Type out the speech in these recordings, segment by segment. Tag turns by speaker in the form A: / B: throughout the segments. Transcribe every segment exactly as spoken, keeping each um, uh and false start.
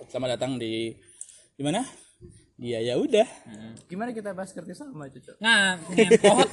A: Selamat datang di di mana? Dia ya udah.
B: Hmm. Gimana kita bahas kerja sama itu, Cok?
C: Nah, ngentot.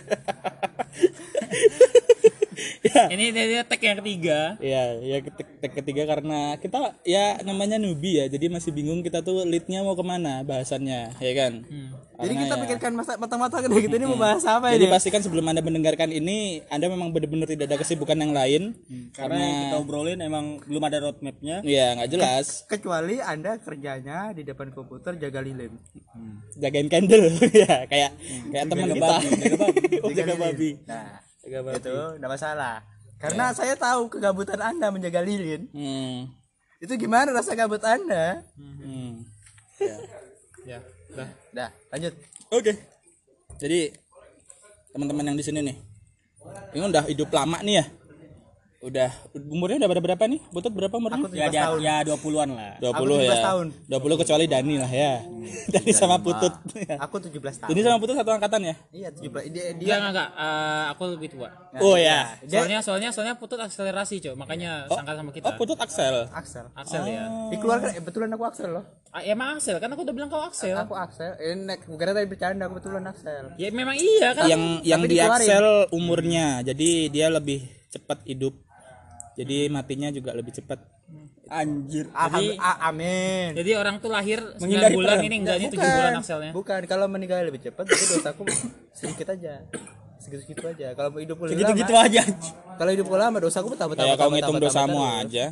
C: Ya. Ini dia tag yang ketiga.
A: Iya, ya tag ketiga karena kita ya namanya newbie ya, jadi masih bingung kita tuh leadnya mau kemana bahasannya, ya kan? Hmm.
B: Jadi kita ya, pikirkan masa matang-matang kayak gitu hmm. ini mau bahas apa
A: jadi
B: ini?
A: Jadi pastikan sebelum Anda mendengarkan ini, Anda memang benar-benar tidak ada kesibukan yang lain.
D: Hmm. Karena, karena yang kita obrolin emang belum ada roadmapnya.
A: Iya, nggak jelas.
B: Ke- kecuali Anda kerjanya di depan komputer jaga lilin,
A: hmm. jagain candle, ya kayak hmm. kayak teman kita.
D: Babi, jaga babi,
B: jaga, jaga babi.
A: Nah,
B: jaga babi. Itu nggak masalah. Karena ya. Saya tahu kegabutan Anda menjaga lilin. Hmm. Itu gimana rasa gabut Anda? Hmm.
A: Ya.
B: Ya. Dah, dah, lanjut.
A: Oke. Okay. Jadi teman-teman yang di sini nih, ini udah hidup lama nih ya. Udah umurnya udah berapa nih? Butut berapa umurnya?
D: Ya, ya, ya dua puluhan lah.
A: dua puluh ya. Tahun. dua puluh kecuali Dani lah ya. Hmm, Dani sama Putut.
B: Aku tujuh belas tahun.
A: Ini sama Putut satu angkatan ya?
B: Iya, tujuh belas. Dia
C: dia enggak enggak uh, aku lebih tua.
A: Nah, oh ya.
C: Soalnya soalnya soalnya Putut akselerasi, Cok. Makanya
A: oh,
C: sangkatan sama kita.
A: Oh, Putut Axel.
B: Axel.
C: Axel oh. ya.
B: Dikeluarkan eh, betulan aku Axel loh.
C: Ah, ya emang Axel kan aku udah bilang kau Axel.
B: Aku Axel. Ini bukan tadi bercanda, aku betulan Axel.
C: Ya memang iya kan.
A: Yang yang di Axel umurnya. Jadi dia lebih cepat hidup. Jadi matinya juga lebih cepat.
D: Anjir.
C: Jadi
B: a- amin.
C: Jadi orang tuh lahir sembilan bulan ini enggaknya tujuh bulan Axelnya.
B: Bukan, kalau meninggal lebih cepat itu dosaku sedikit aja. Segitu-segitu aja. Kalau hidup lama
D: segitu-gitu aja.
B: Kalau hidup lama dosaku bertambah-tambah.
A: Ya kalau ngitung dosamu aja.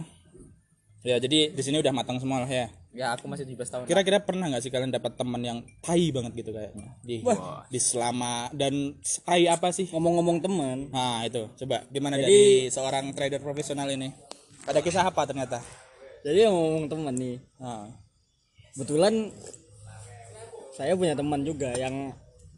A: Ya jadi di sini udah matang semua lah ya.
B: Ya aku masih tujuh belas tahun.
A: Kira-kira pernah enggak sih kalian dapat teman yang tai banget gitu kayaknya? Di Wah. di selama dan tai apa sih?
D: Ngomong-ngomong teman.
A: Nah, itu. Coba gimana jadi, dari seorang trader profesional ini? Ada kisah apa ternyata?
D: Jadi ngomong teman nih.
A: Nah.
D: Kebetulan saya punya teman juga yang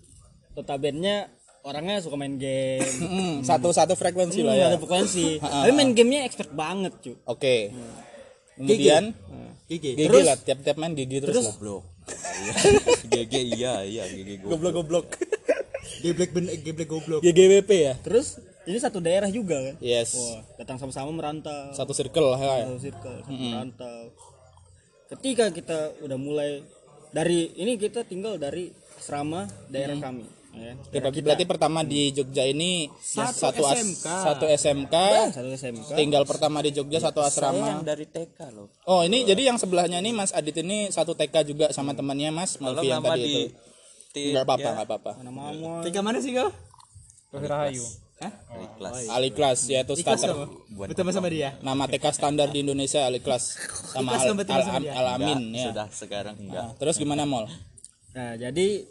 D: notabene orangnya suka main game.
A: Satu-satu frekuensi hmm, lah ya.
D: Satu frekuensi. Tapi main gamenya expert banget, cuy.
A: Oke. Okay. Hmm. Kemudian
B: Gigi.
A: Gigi lah, tiap-tiap main Gigi terus, terus lah.
D: Goblok.
A: Gigi iya iya Gigi goblok. Goblok-goblok.
B: Geblek ben geblek goblok.
A: G G W P ya.
D: Terus ini satu daerah juga kan?
A: Yes.
D: Wah, datang sama-sama merantau.
A: Satu circle lah ya.
D: Satu circle, satu mm-hmm. merantau. Ketika kita udah mulai dari ini kita tinggal dari asrama daerah mm-hmm. kami. Ya,
A: daerah kita. Berarti pertama di Jogja ini satu, satu S M K. Satu S M K.
D: Ya, satu S M K.
A: Tinggal pertama di Jogja satu asrama.
D: Saya yang dari T K loh.
A: Oh, ini oh. jadi yang sebelahnya ini Mas Adit ini satu T K juga sama temannya Mas Malvi yang tadi di, itu. Enggak apa-apa, enggak apa-apa.
B: T K mana sih kau?
C: Rahayu.
A: Hah? Aliklas. Aliklas yaitu starter.
B: Betul sama dia.
A: Nama T K standar di Indonesia Aliklas sama Al, Al, Al, Al Amin ya.
D: Sudah sekarang enggak.
A: Nah, terus gimana Mol?
D: Nah, jadi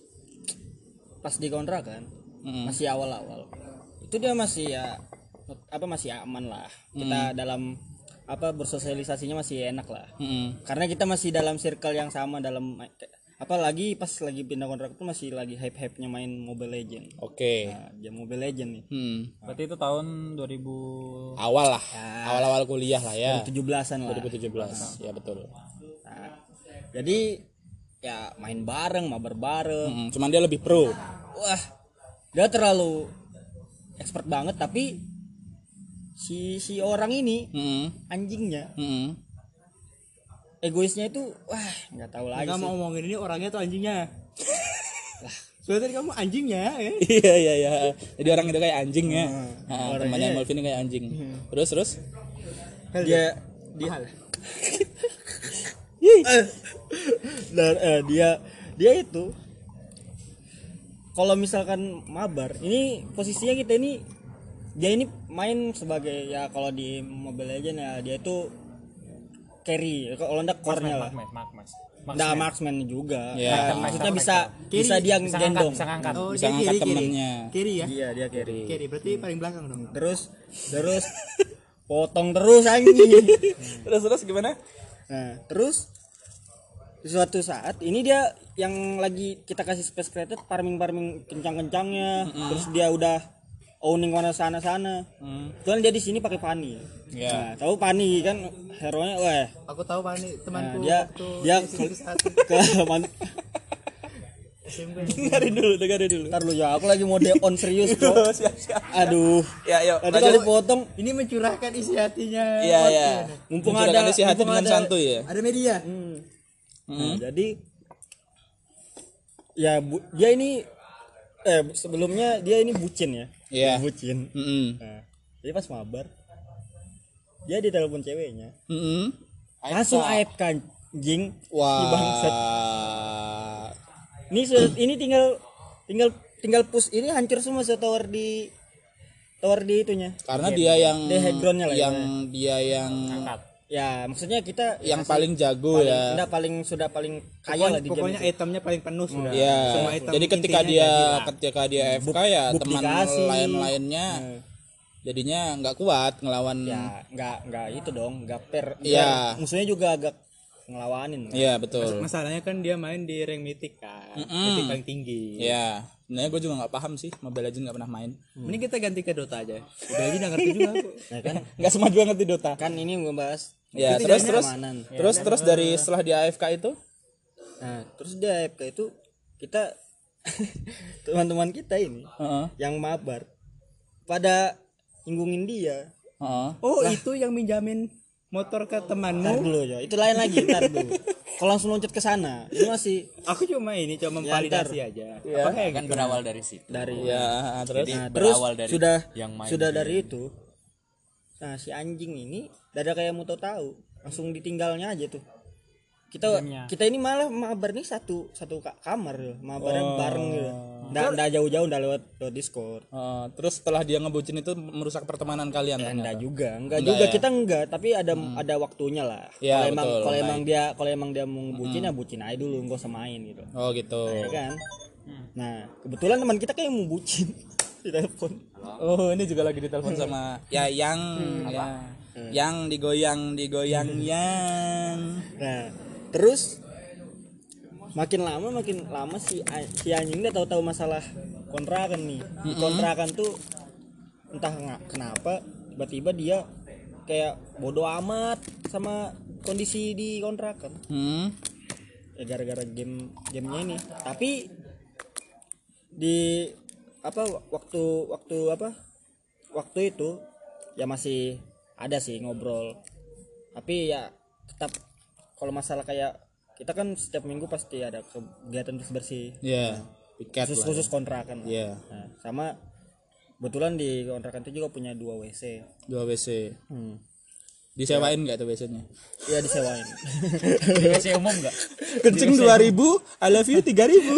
D: pas di kontrakan mm-hmm. masih awal-awal. Itu dia masih ya apa masih aman lah. Kita mm-hmm. dalam apa bersosialisasinya masih enak lah. Mm-hmm. Karena kita masih dalam circle yang sama dalam apalagi pas lagi pindah kontrak itu masih lagi hype-hype-nya main Mobile Legend.
A: Oke. Okay.
D: Nah, game Mobile Legend nih.
A: Hmm.
C: Berarti itu tahun dua ribu
A: awal lah. Ya. Awal-awal kuliah lah ya.
D: dua ribu tujuh belasan lah.
A: dua ribu tujuh belas. Ya betul.
D: Nah, jadi ya main bareng, mabar bareng.
A: Hmm, cuman dia lebih pro.
D: Wah. Dia terlalu expert banget tapi si si orang ini hmm. anjingnya. Hmm. Egoisnya itu wah nggak tahu lagi
B: nggak
D: sih.
B: Mau ngomongin ini orangnya tuh anjingnya lah soalnya tadi kamu anjingnya ya
A: iya iya iya jadi orang itu kayak anjing ya hmm. nah, temannya Melvin ini kayak anjing hmm. terus terus
D: dia dia dan eh, dia dia itu kalau misalkan mabar ini posisinya kita ini dia ini main sebagai ya kalau di Mobile Legends ya dia itu carry, kalau enggak core-nya lah. Enggak marksman juga.
A: Yeah.
D: Nah, maksudnya bisa carry, bisa dia
C: bisa
D: gendong,
C: bisa ngangkat,
A: oh, bisa ngangkat temennya.
B: Carry ya?
D: Iya, dia carry.
B: Carry berarti hmm. paling belakang dong.
D: Terus terus potong terus anjing.
A: terus terus gimana?
D: Nah, terus suatu saat ini dia yang lagi kita kasih space created farming-farming kencang-kencangnya, mm-hmm. terus dia udah owning mana sana-sana. Hmm. Soalnya dia di sini pakai Pani. Yeah. Nah, tahu Pani kan hero-nya weh.
B: Aku tahu Pani temanku
D: nah, dia
B: waktu
D: dia ke, ke man,
A: dengerin dulu, dengerin dulu.
D: Ntar lu ya, aku lagi mode on serius kok.
A: Siap, siap.
D: Aduh.
A: Ya, yuk.
D: Tadi kalau dipotong
B: Ini mencurahkan isi hatinya.
A: Iya, iya.
D: Mumpung
A: Mencurahkan
D: ada-
A: isi hati
D: mumpung
A: dengan
D: ada-
A: santuy ya.
B: Ada media.
D: Hmm.
A: Hmm.
D: Nah, jadi ya bu, dia ini eh sebelumnya dia ini bucin ya.
A: Iya.
D: Bucin.
A: Mm-mm.
D: Nah, jadi pas mabar dia ditelepon ceweknya.
A: Mm-mm.
D: Langsung A F K anjing.
A: Wah.
D: Ih, bangsat. Ini sudah- ini tinggal tinggal tinggal push ini hancur semua tower di tower di itunya.
A: Karena dia yang
D: Dia backgroundnya lah ya.
A: yang dia yang
D: Ya, maksudnya kita
A: yang
D: kasih-
A: paling jago
D: paling,
A: ya.
D: enggak, paling sudah paling kaya
B: Pokoknya,
D: lah di game
B: pokoknya
D: itu.
B: itemnya paling penuh sudah.
A: Iya.
B: Semua item
A: Jadi ketika
B: intinya
A: dia
B: jadi lah.
A: ketika dia A F K ya
D: buk
A: teman
D: dikasih.
A: lain-lainnya
D: Nah.
A: jadinya nggak kuat ngelawan.
D: Ya, enggak enggak itu dong, enggak fair.
A: Iya.
D: Musuhnya juga agak ngelawanin. Kan?
A: Iya betul.
B: Masalahnya kan dia main di rank mythic kan. Mythic paling tinggi.
A: Iya. Sebenarnya gue juga nggak paham sih, Mobile Legends nggak pernah main.
B: Mending kita ganti ke Dota aja. Mobile Legends nggak ngerti juga aku.
D: Nah, kan
A: Nggak semua juga ngerti Dota.
D: kan ini ngebahas
A: Ya
D: itu
A: terus
D: jadinya
A: terus
D: keamanan.
A: terus terus dari setelah di A F K itu,
D: Nah, terus dia A F K itu kita teman-teman kita ini
A: Heeh.
D: yang mabar pada nginggungin dia.
A: Heeh.
B: Oh, itu yang minjamin motor ke
D: Ntar
B: temanmu.
D: dulu ya, itu lain lagi, ntar dulu. Kalau langsung loncat ke sana, itu masih
B: Aku cuma ini cuma
D: Ya,
B: memvalidasi aja.
A: Iya.
B: Apa kayak
C: Kan berawal dari situ.
D: dari
A: Ya terus.
D: Nah,
C: Jadi
D: terus
C: berawal dari
D: sudah
C: yang main
D: sudah
C: di-
D: dari itu. Nah, si anjing ini dada kayak mau tahu, langsung ditinggalnya aja tuh. Kita kita ini malah mabar nih satu satu ka- kamar loh, mabarnya bareng gitu. Nggak nggak jauh-jauh, nggak lewat, lewat Discord.
A: Eh, terus setelah dia ngebucin itu merusak pertemanan kalian
D: Ya,
A: ternyata.
D: enggak juga, enggak,
A: Enggak
D: juga
A: ya?
D: kita enggak, tapi ada ada waktunya lah.
A: Ya,
D: kalau emang
A: betul,
D: kalau
A: baik.
D: emang dia kalau emang dia mau ngebucin ya bucin aja dulu, enggak usah main gitu.
A: Oh gitu.
D: Ya kan? Nah, kebetulan teman kita kayak mau bucin di telepon.
A: Oh ini juga lagi ditelepon sama ya yang ya. Yang digoyang digoyang yang.
D: Nah, terus makin lama makin lama si a- si anjing dia tahu-tahu masalah kontrakan nih. Di kontrakan tuh entah nggak kenapa tiba-tiba dia kayak bodoh amat sama kondisi di kontrakan.
A: Hmm.
D: Ya gara-gara game gamenya ini. Tapi di apa waktu waktu apa waktu itu ya masih ada sih ngobrol. Tapi ya tetap kalau masalah kayak kita kan setiap minggu pasti ada kegiatan bersih
A: Ya. Piket
D: khusus
A: lah.
D: khusus kontrakan.
A: Iya.
D: Nah, sama kebetulan di kontrakan itu juga punya dua W C.
A: Dua W C.
D: Hmm.
A: Disewain nggak tuh W C-nya?
D: Ya disewain.
C: W C umum enggak?
A: Kencing dua ribu, I love you tiga ribu.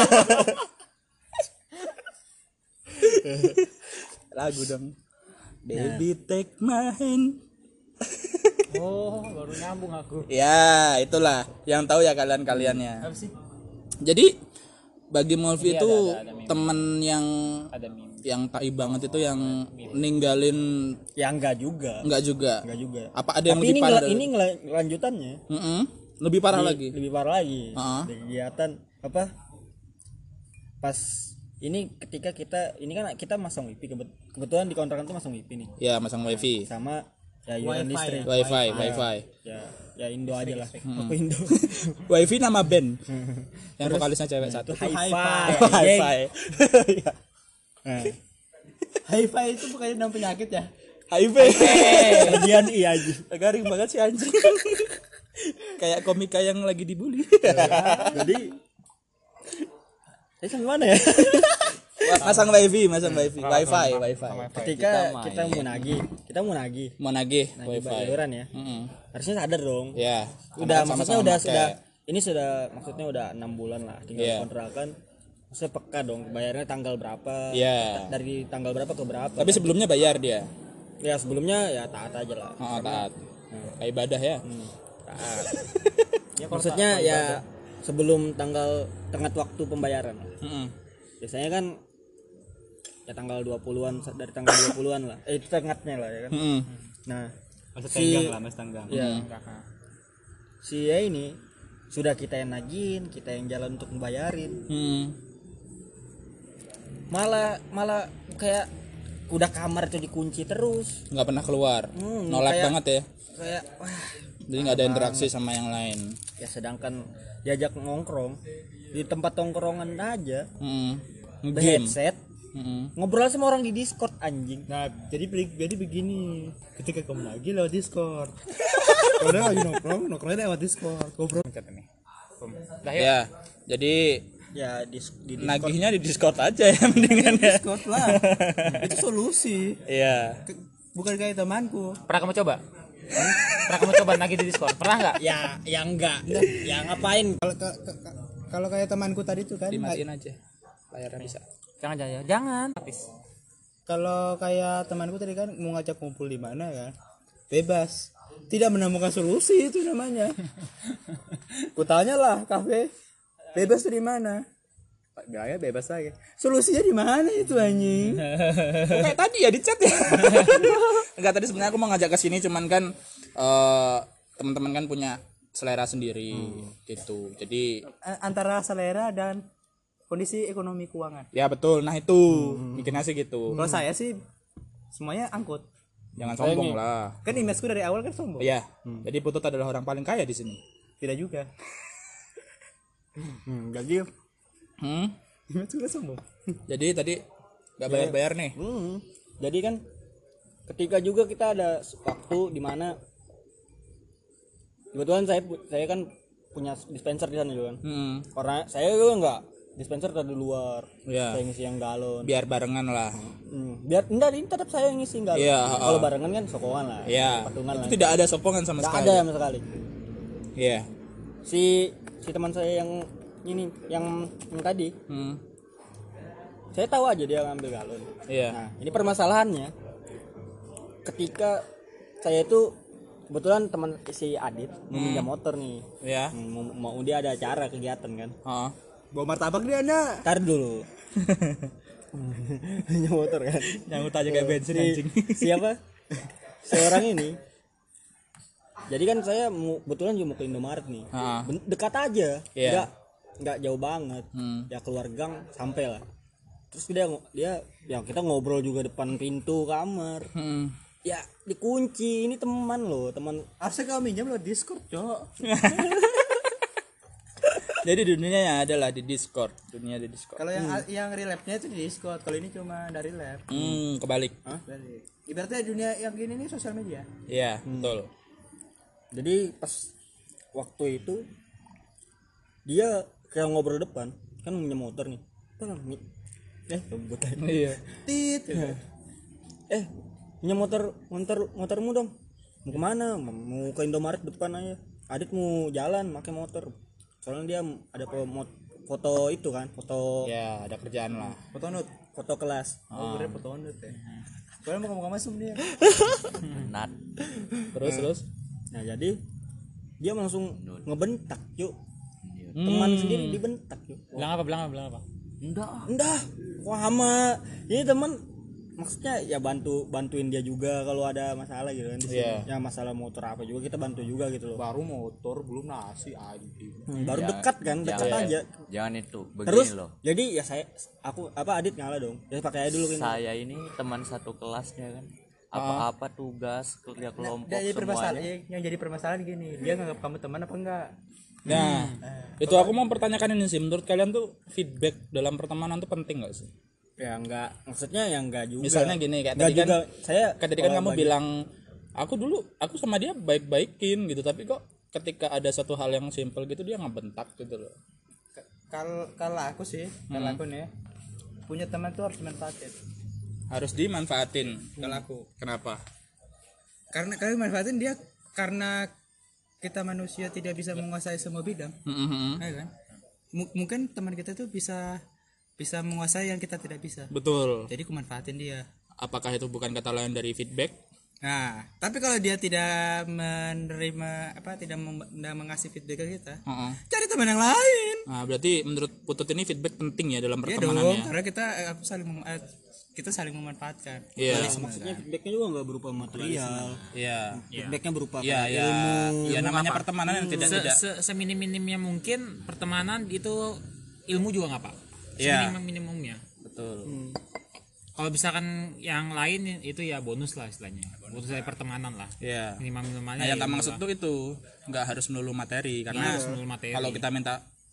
A: Lagu dong. Baby take my hand.
C: Oh, baru nyambung aku.
A: Ya, itulah yang tahu ya kalian-kaliannya.
C: Apa sih?
A: Jadi bagi Molvi
C: Iya,
A: itu
C: ada- ada- ada meme.
A: temen yang
C: Ada meme.
A: yang tai banget itu yang ninggalin
D: Ya enggak juga.
A: enggak juga.
D: Enggak juga.
A: Apa ada yang
D: Tapi
A: lebih
D: ini
A: parah
D: ngela-
A: dari-
D: ini ngela- lanjutannya.
A: Mm-mm. Lebih parah lagi.
D: Lebih parah lagi.
A: Heeh.
D: Di kegiatan apa? Pas ini ketika kita ini kan kita masang wifi kebet- kebetulan di kontrakan tuh masang wifi nih
A: Ya, masang wifi.
D: sama ya iuran listrik.
A: Wifi, wifi.
D: Ya ya Indo aja lah. Aku Indo.
A: Wifi nama band. Yang vokalisnya cewek satu.
D: Hi-Fi.
A: Hi-Fi.
D: Nah,
B: Hi-Fi itu bukannya nama penyakit ya?
A: H I V.
D: bagian iya aja.
A: Garing banget sih anjing. Kayak komika yang lagi dibully.
D: Jadi saya sampai mana ya?
A: Masang wifi, masang wifi, wifi, wifi.
D: Ketika kita mau nagih, kita mau nagih,
A: Mau nagih
D: nagih
A: wifi.
D: iuran ya.
A: Mm-mm.
D: Harusnya sadar dong.
A: Ya.
D: Udah
A: sama-sama
D: maksudnya udah
A: pakai.
D: sudah ini sudah maksudnya udah enam bulan lah tinggal
A: Iya.
D: kontrakan. Maksudnya peka dong bayarnya tanggal berapa?
A: Iya.
D: Dari tanggal berapa ke berapa?
A: Tapi sebelumnya bayar dia.
D: Ya sebelumnya ya taat aja lah.
A: Oh, taat. Kayak ibadah ya.
D: Hmm, taat. Maksudnya ya sebelum tanggal tengah waktu pembayaran.
A: Mm-mm.
D: Biasanya kan ya tanggal dua puluhan dari tengah dua puluhan lah. Eh itu tengahnya lah ya kan.
A: Mm-mm.
D: Nah,
B: Mas
D: si
B: tenggang lah, Mas tenggang.
D: ya si ya ini sudah kita yang nagihin, kita yang jalan untuk membayarin.
A: Mm.
D: Malah malah kayak udah kamar tuh dikunci terus.
A: Nggak pernah keluar.
D: Hmm,
A: Nolak
D: kayak-
A: banget ya.
D: Kayak wah,
A: Jadi nggak ada interaksi sama yang lain.
D: ya sedangkan diajak nongkrong di tempat tongkrongan aja.
A: Hmm.
D: Game. Headset.
A: Hmm.
D: Ngobrol sama orang di Discord anjing.
B: Nah, jadi jadi begini, ketika kamu lagi lewat Discord. Kalau lagi nongkrong, nongkrongnya lewat Discord. Ngobrol nih.
C: Dah yuk.
A: Ya, jadi
D: Ya di, di Discord.
A: nagihnya di Discord aja ya mendingan ya.
B: Discord lah. Itu solusi.
A: Iya.
B: Bukan kayak temanku.
C: Pernah kamu coba? Pernah kamu coba nagih di Discord? Pernah nggak?
D: Ya, ya enggak. Ya ngapain?
B: Kalau kalau kayak temanku tadi tuh kan.
A: Dimatiin aja. Layarnya bisa.
C: Jangan jangan jangan. Habis.
B: Kalau kayak temanku tadi kan mau ngajak kumpul di mana kan? Bebas. Tidak menemukan solusi itu namanya. Kutanya lah kafe. Bebas tuh di mana? Pak bilangnya bebas lagi. Solusinya di mana itu anjing?
A: Oh, kayak tadi ya di chat ya. Enggak, tadi sebenarnya aku mau ngajak ke sini cuman kan eh teman-teman kan punya selera sendiri gitu. Jadi
B: A- Antara selera dan kondisi ekonomi keuangan.
A: ya betul. Nah itu mikirnya sih gitu.
B: Kalau saya sih semuanya angkut.
A: Jangan sombong lah.
B: Kan image-ku dari awal kan sombong.
A: Iya. Jadi Putut adalah orang paling kaya di sini.
B: Tidak juga. Hmm, enggak gitu.
A: Hmm?
B: Image-ku kan sombong.
A: Jadi tadi nggak bayar-bayar nih.
D: Hmm. Jadi kan ketika juga kita ada waktu di mana kebetulan saya pu- saya kan punya dispenser di sana juga kan.
A: Hmm.
D: Karena saya juga enggak dispenser dari luar.
A: Iya.
D: Saya ngisi yang galon.
A: Biar barengan lah.
D: Hmm. Biar enggak ini tetap saya yang ngisi yang galon.
A: Iya,
D: Kalau
A: uh.
D: barengan kan sokongan lah.
A: Iya.
D: Patungan lah.
A: Itu tidak ada sokongan sama
D: Enggak
A: sekali.
D: ada sama sekali.
A: Iya.
D: Si si teman saya yang ini yang, yang tadi,
A: Hmm.
D: saya tahu aja dia ngambil galon.
A: Iya.
D: Nah, ini permasalahannya ketika saya itu kebetulan teman si Adit mau pinjam motor nih.
A: Iya.
D: Hmm, mau, mau dia ada acara kegiatan kan.
A: Heeh.
B: Bawa martabak dia anak.
D: Tar dulu. Pinjam motor kan.
A: Nyangkut aja kayak bensin
D: Si-
A: anjing.
D: Siapa? Seorang ini. Jadi kan saya mau, kebetulan juga mau ke Indomaret nih.
A: Heeh.
D: Ben- Dekat aja.
A: Iya.
D: Enggak enggak jauh banget.
A: Hmm.
D: Ya keluar gang sampai lah. Terus dia dia ya kita ngobrol juga depan pintu kamar.
A: Hmm.
D: Ya dikunci, ini teman loh, teman.
B: Harusnya kau minjam lewat Discord, Cok.
A: Jadi dunianya adalah di Discord, dunia di Discord.
B: Kalau yang yang relapse-nya itu di Discord, kalau ini cuma dari lab.
A: Hmm, kebalik.
B: Dari. Ibaratnya dunia yang gini nih sosial media.
A: Iya, betul.
D: Jadi pas waktu itu dia kayak ngobrol depan, kan punya motor nih. Bang, mi- eh rembut aja.
A: Iya.
B: Tit.
D: Eh, punya motor, motor motormu dong. Mau kemana? Mau ke Indomaret depan aja. Adit mau jalan pakai motor. Soalnya dia ada po- mo- foto itu kan, foto
A: Ya, ada kerjaan lah.
B: Foto nut.
D: foto kelas.
B: Oh, gue foto nut ya. Kalau mau ngomong masuk dia.
E: Nat.
A: Terus terus.
D: Nah, jadi dia langsung ngebentak, yuk. Teman sendiri dibentak, yuk.
C: Bilang apa? Bilang apa? Bilang apa?
D: Endah, wah sama ini teman maksudnya ya bantu bantuin dia juga kalau ada masalah gitu kan di sini.
A: Iya.
D: Ya masalah motor apa juga kita bantu juga gitu loh.
B: Baru motor belum nasi anjing.
D: Hmm, baru dekat kan, dekat
E: Jangan-
D: aja.
E: Jangan itu. Begini
D: Terus
E: loh.
D: jadi ya saya aku apa Adit ngalah dong. Ya pakai aja dulu ini.
E: Saya ini teman satu kelasnya kan. Apa-apa tugas kerja kelompok
B: Dia jadi permasalahan,
E: semuanya.
B: yang jadi permasalahan gini, dia nganggap kamu teman apa enggak?
A: Nah, itu aku mau pertanyakan ini sih. Menurut kalian tuh feedback dalam pertemanan tuh penting nggak sih?
D: Ya enggak, maksudnya ya enggak juga.
A: Misalnya gini, kayak
D: Enggak
A: tadi kan,
D: juga. Saya
A: kayak tadi kan
D: kalau
A: kamu
D: bagi-
A: bilang, aku dulu, aku sama dia baik-baikin gitu, tapi kok ketika ada satu hal yang simple gitu dia ngebentak gitu loh.
B: Kalau kalau aku sih, kalau aku nih punya teman tuh harus dimanfaatin.
A: Harus dimanfaatin.
B: Kalau aku.
A: Kenapa?
B: Karena kalau manfaatin dia karena kita manusia tidak bisa menguasai semua bidang,
A: Mm-hmm.
B: ya kan? M- mungkin teman kita tuh bisa bisa menguasai yang kita tidak bisa.
A: Betul.
B: Jadi aku manfaatin dia.
A: Apakah itu bukan kata lain dari feedback?
B: Nah, tapi kalau dia tidak menerima apa tidak, mem- tidak mengasih feedback ke kita,
A: Heeh.
B: cari teman yang lain.
A: Nah, berarti menurut Putut ini feedback penting ya dalam
B: Iya dong,
A: pertemanannya.
B: karena kita eh, aku saling mem- eh, kita saling memanfaatkan.
A: Iya.
D: maksudnya feedbacknya juga enggak berupa material.
A: Iya.
D: Feedbacknya berupa
A: Iya,
D: kayak
A: iya.
D: ilmu.
A: Iya, namanya pertemanan yang tidak
C: Se,
A: tidak.
C: se, seminim-minimnya mungkin pertemanan itu ilmu juga nggak pak?
A: Iya.
C: Seminimum-minimumnya.
A: Betul.
C: Kalau misalkan yang lain itu ya bonus lah istilahnya. Bonus dari pertemanan lah.
A: Iya.
C: Minimal minimalnya.
A: Nah, yang tak maksud tuh itu nggak harus melulu materi karena
C: harus melulu materi.
A: kalau kita minta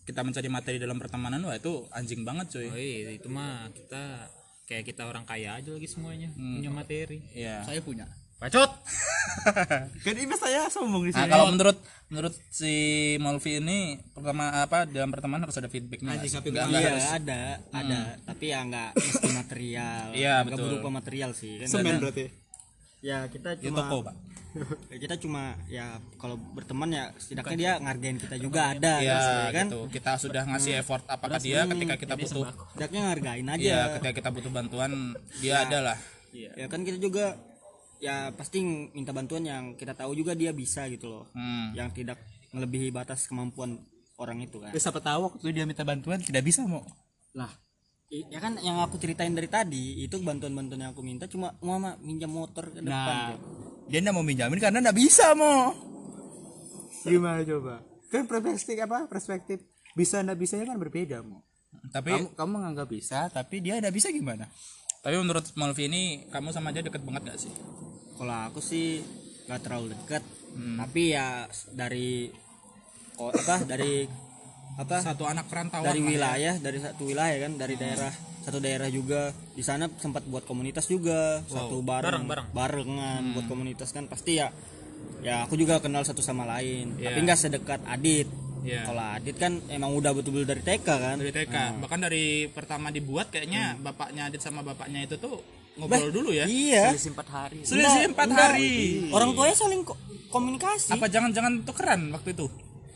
A: kita mencari materi dalam pertemanan, wah itu anjing banget cuy.
C: Oh iya, itu mah kita kayak kita orang kaya aja lagi semuanya, punya materi.
A: Iya.
B: Saya punya.
C: Bacot.
B: Kan ini saya sombong di
A: Nah,
B: sini.
A: kalau menurut menurut si Molvi ini pertama apa dalam pertemanan harus ada feedbacknya. nggak sih? Nggak- nggak
D: Iya
A: harus.
D: ada, ada, tapi ya nggak mesti material.
A: Iya,
D: Nggak
A: betul.
D: berupa material sih. Kan
B: Semen
D: kadang-
B: berarti.
D: Ya kita
A: Di
D: cuma
A: toko, Pak.
D: ya kita cuma ya kalau berteman ya setidaknya dia ngargain kita juga ada
A: Iya,
D: kan.
A: gitu. Kita sudah ngasih effort apa ke dia ketika kita butuh.
D: Setidaknya ngargain aja.
A: Iya, ketika kita butuh bantuan, dia ada lah.
D: Ya kan kita juga ya pasti minta bantuan yang kita tahu juga dia bisa gitu loh.
A: Hmm.
D: Yang tidak melebihi batas kemampuan orang itu kan.
B: Terus siapa tahu waktu dia minta bantuan tidak bisa mau.
D: Lah, i- ya kan yang aku ceritain dari tadi itu bantuan-bantuan yang aku minta cuma mama minjam motor ke depan.
B: Nah,
D: kok.
B: dia enggak mau minjamin karena enggak bisa mau. Gimana coba? Kan perspektif apa? Perspektif bisa enggak bisanya kan berbeda mau.
A: Tapi
B: Kamu kamu menganggap bisa, tapi dia enggak bisa gimana?
A: tapi menurut Molvi ini kamu sama dia deket banget gak sih?
D: Kalau aku sih nggak terlalu dekat,
A: Hmm.
D: tapi ya dari oh, apa dari apa
A: Satu anak perantauan.
D: dari
A: lah ya.
D: wilayah dari satu wilayah kan dari daerah satu daerah juga di sana sempat buat komunitas juga satu bareng
C: bareng-bareng.
D: barengan
A: Hmm.
D: buat komunitas kan pasti ya ya aku juga kenal satu sama lain
A: Iya.
D: tapi nggak sedekat Adit.
A: Iya.
D: Kalau Adit kan emang udah betul-betul dari T K kan
A: Dari T K. Bahkan dari pertama dibuat kayaknya bapaknya Adit sama bapaknya itu tuh ngobrol dulu ya.
D: iya
E: Selisih empat hari.
A: Selisih empat
D: enggak.
A: hari.
D: orang tuanya saling ko- komunikasi
A: Apa jangan-jangan tukeran waktu itu?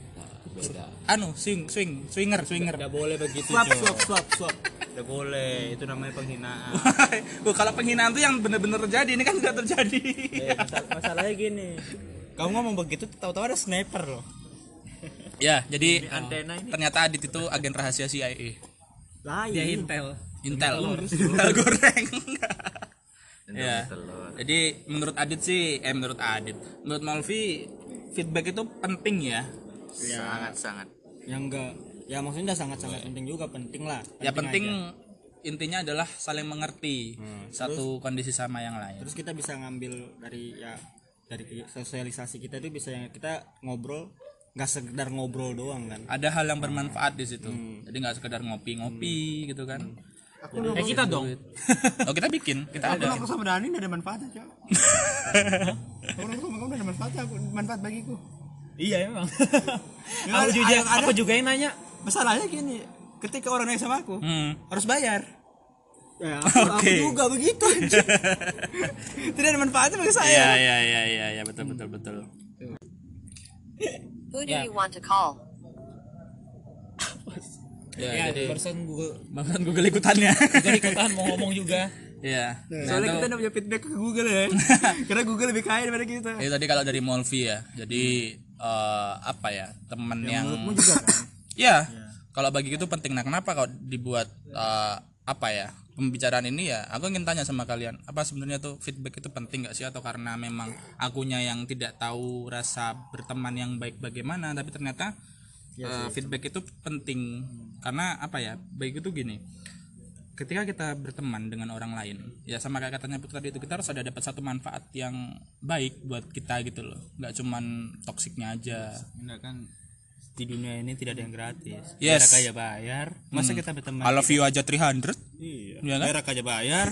A: Anu, swing, swing, swinger, swinger.
B: Enggak boleh begitu,
D: swap
B: Jo.
D: swap swap swap
B: Enggak boleh, itu namanya penghinaan.
A: Wah, kalau penghinaan tuh yang bener-bener terjadi, ini kan nggak terjadi.
B: Eh, masal- masalahnya gini. Kamu ngomong begitu tahu-tahu ada sniper loh.
A: Ya, jadi
E: Antena ini.
A: ternyata Adit itu agen rahasia C I A.
D: lain
C: Dia intel.
A: Intel. Intel goreng. Ya.
E: Telur.
A: Jadi menurut Adit sih, eh menurut Adit, menurut Malvi feedback itu penting ya.
E: Sangat sangat.
D: yang enggak ya maksudnya udah sangat-sangat penting juga penting lah
A: Ya penting
D: aja.
A: intinya adalah saling mengerti satu kondisi sama yang lain.
D: Terus kita bisa ngambil dari ya dari sosialisasi kita itu bisa yang kita ngobrol nggak sekedar ngobrol doang kan.
A: Ada hal yang bermanfaat di situ. Jadi nggak sekedar ngopi-ngopi gitu kan.
C: Eh kita dong.
A: Oh kita bikin, kita ada.
B: Aku sama Dani enggak ada manfaatnya, Cok. Aku sama kamu enggak ada manfaatnya, aku manfaat bagiku.
C: Iya emang.
B: Ya,
C: aku juga
B: ada-
C: aku juga yang nanya.
B: Masalahnya gini, ketika orang naik sama aku,
A: Hmm.
B: harus bayar.
D: Ya, aku, aku
A: Oke.
D: juga begitu.
B: Tidak ada manfaatnya bagi saya.
A: Iya iya iya iya ya, betul betul betul.
F: Who do you want to call?
A: Ya,
C: Ya,
A: jadi
C: barusan Google
A: bahkan Google ikutannya.
C: Google ikutan mau ngomong juga.
A: Iya. Nah,
B: Soalnya
A: itu-
B: kita udah punya feedback ke Google ya. Karena Google lebih kaya daripada kita.
A: itu tadi kalau dari Molvi ya. Jadi eh, apa ya? Teman yang Ya. Kalau bagi itu penting. Nah, kenapa kalau dibuat eh, apa ya? Pembicaraan ini ya, aku ingin tanya sama kalian, apa sebenarnya tuh feedback itu penting gak sih, atau karena memang akunya yang tidak tahu rasa berteman yang baik bagaimana, tapi ternyata eh, feedback itu penting karena apa ya? Baik itu gini. Ketika kita berteman dengan orang lain, ya sama kayak katanya Putra tadi itu, kita harus ada dapat satu manfaat yang baik buat kita gitu loh, nggak cuman toksiknya aja.
B: Enggak kan, di dunia ini tidak ada yang gratis.
A: Yes.
B: Bayar kaya bayar. Masa kita berteman?
A: I love you aja tiga ratus.
B: Iya.
A: Iya kan?
B: Bayar aja bayar.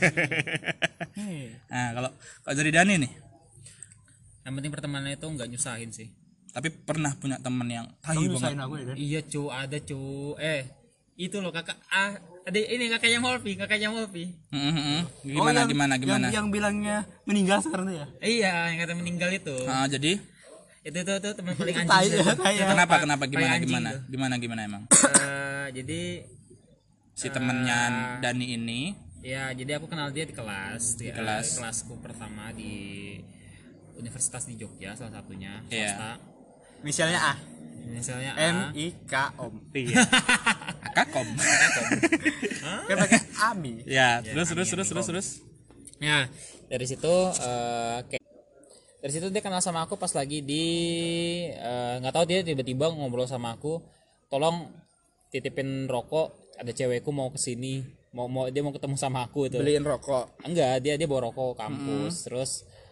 A: Nah kalau kalau dari Dani nih,
C: Yang penting pertemanan itu nggak nyusahin sih.
A: tapi pernah punya teman yang tai
B: Kamu
A: banget.
B: nyusahin aku ya, Dan?
C: Iya cu, ada cu. Eh itu loh kakak ah ada ini kakaknya Molvi, kakaknya Molvi.
A: Mhm.
B: Oh,
A: Gimana
B: yang-
A: gimana gimana?
B: Yang, yang bilangnya meninggal sekarang tuh ya?
C: Iya yang kata meninggal itu.
A: Ah, jadi
C: Itu tuh tuh teman paling
B: Tai
C: anjing.
B: ya,
C: tuh.
B: tai ya.
A: kenapa kenapa
C: paling
A: gimana
C: anjing
A: gimana
C: tuh.
A: gimana gimana emang
C: Eh, jadi
A: si temennya Dani ini
C: ya jadi aku kenal dia di kelas di,
A: kelas.
C: eh, kelasku pertama di universitas di Jogja salah satunya
A: Iya.
C: swasta.
B: Misalnya A.
C: Misalnya
B: M
C: A.
B: I K Om.
A: Akakom.
B: Kayak pakai Ami.
A: Ya, terus terus terus terus terus.
C: Ya, dari situ eh, kayak dari situ dia kenal sama aku pas lagi di eh, nggak tahu dia tiba-tiba ngobrol sama aku, tolong titipin rokok, ada cewekku mau kesini, mau mau dia mau ketemu sama aku itu.
B: Beliin rokok.
C: Enggak, dia dia bawa rokok kampus, terus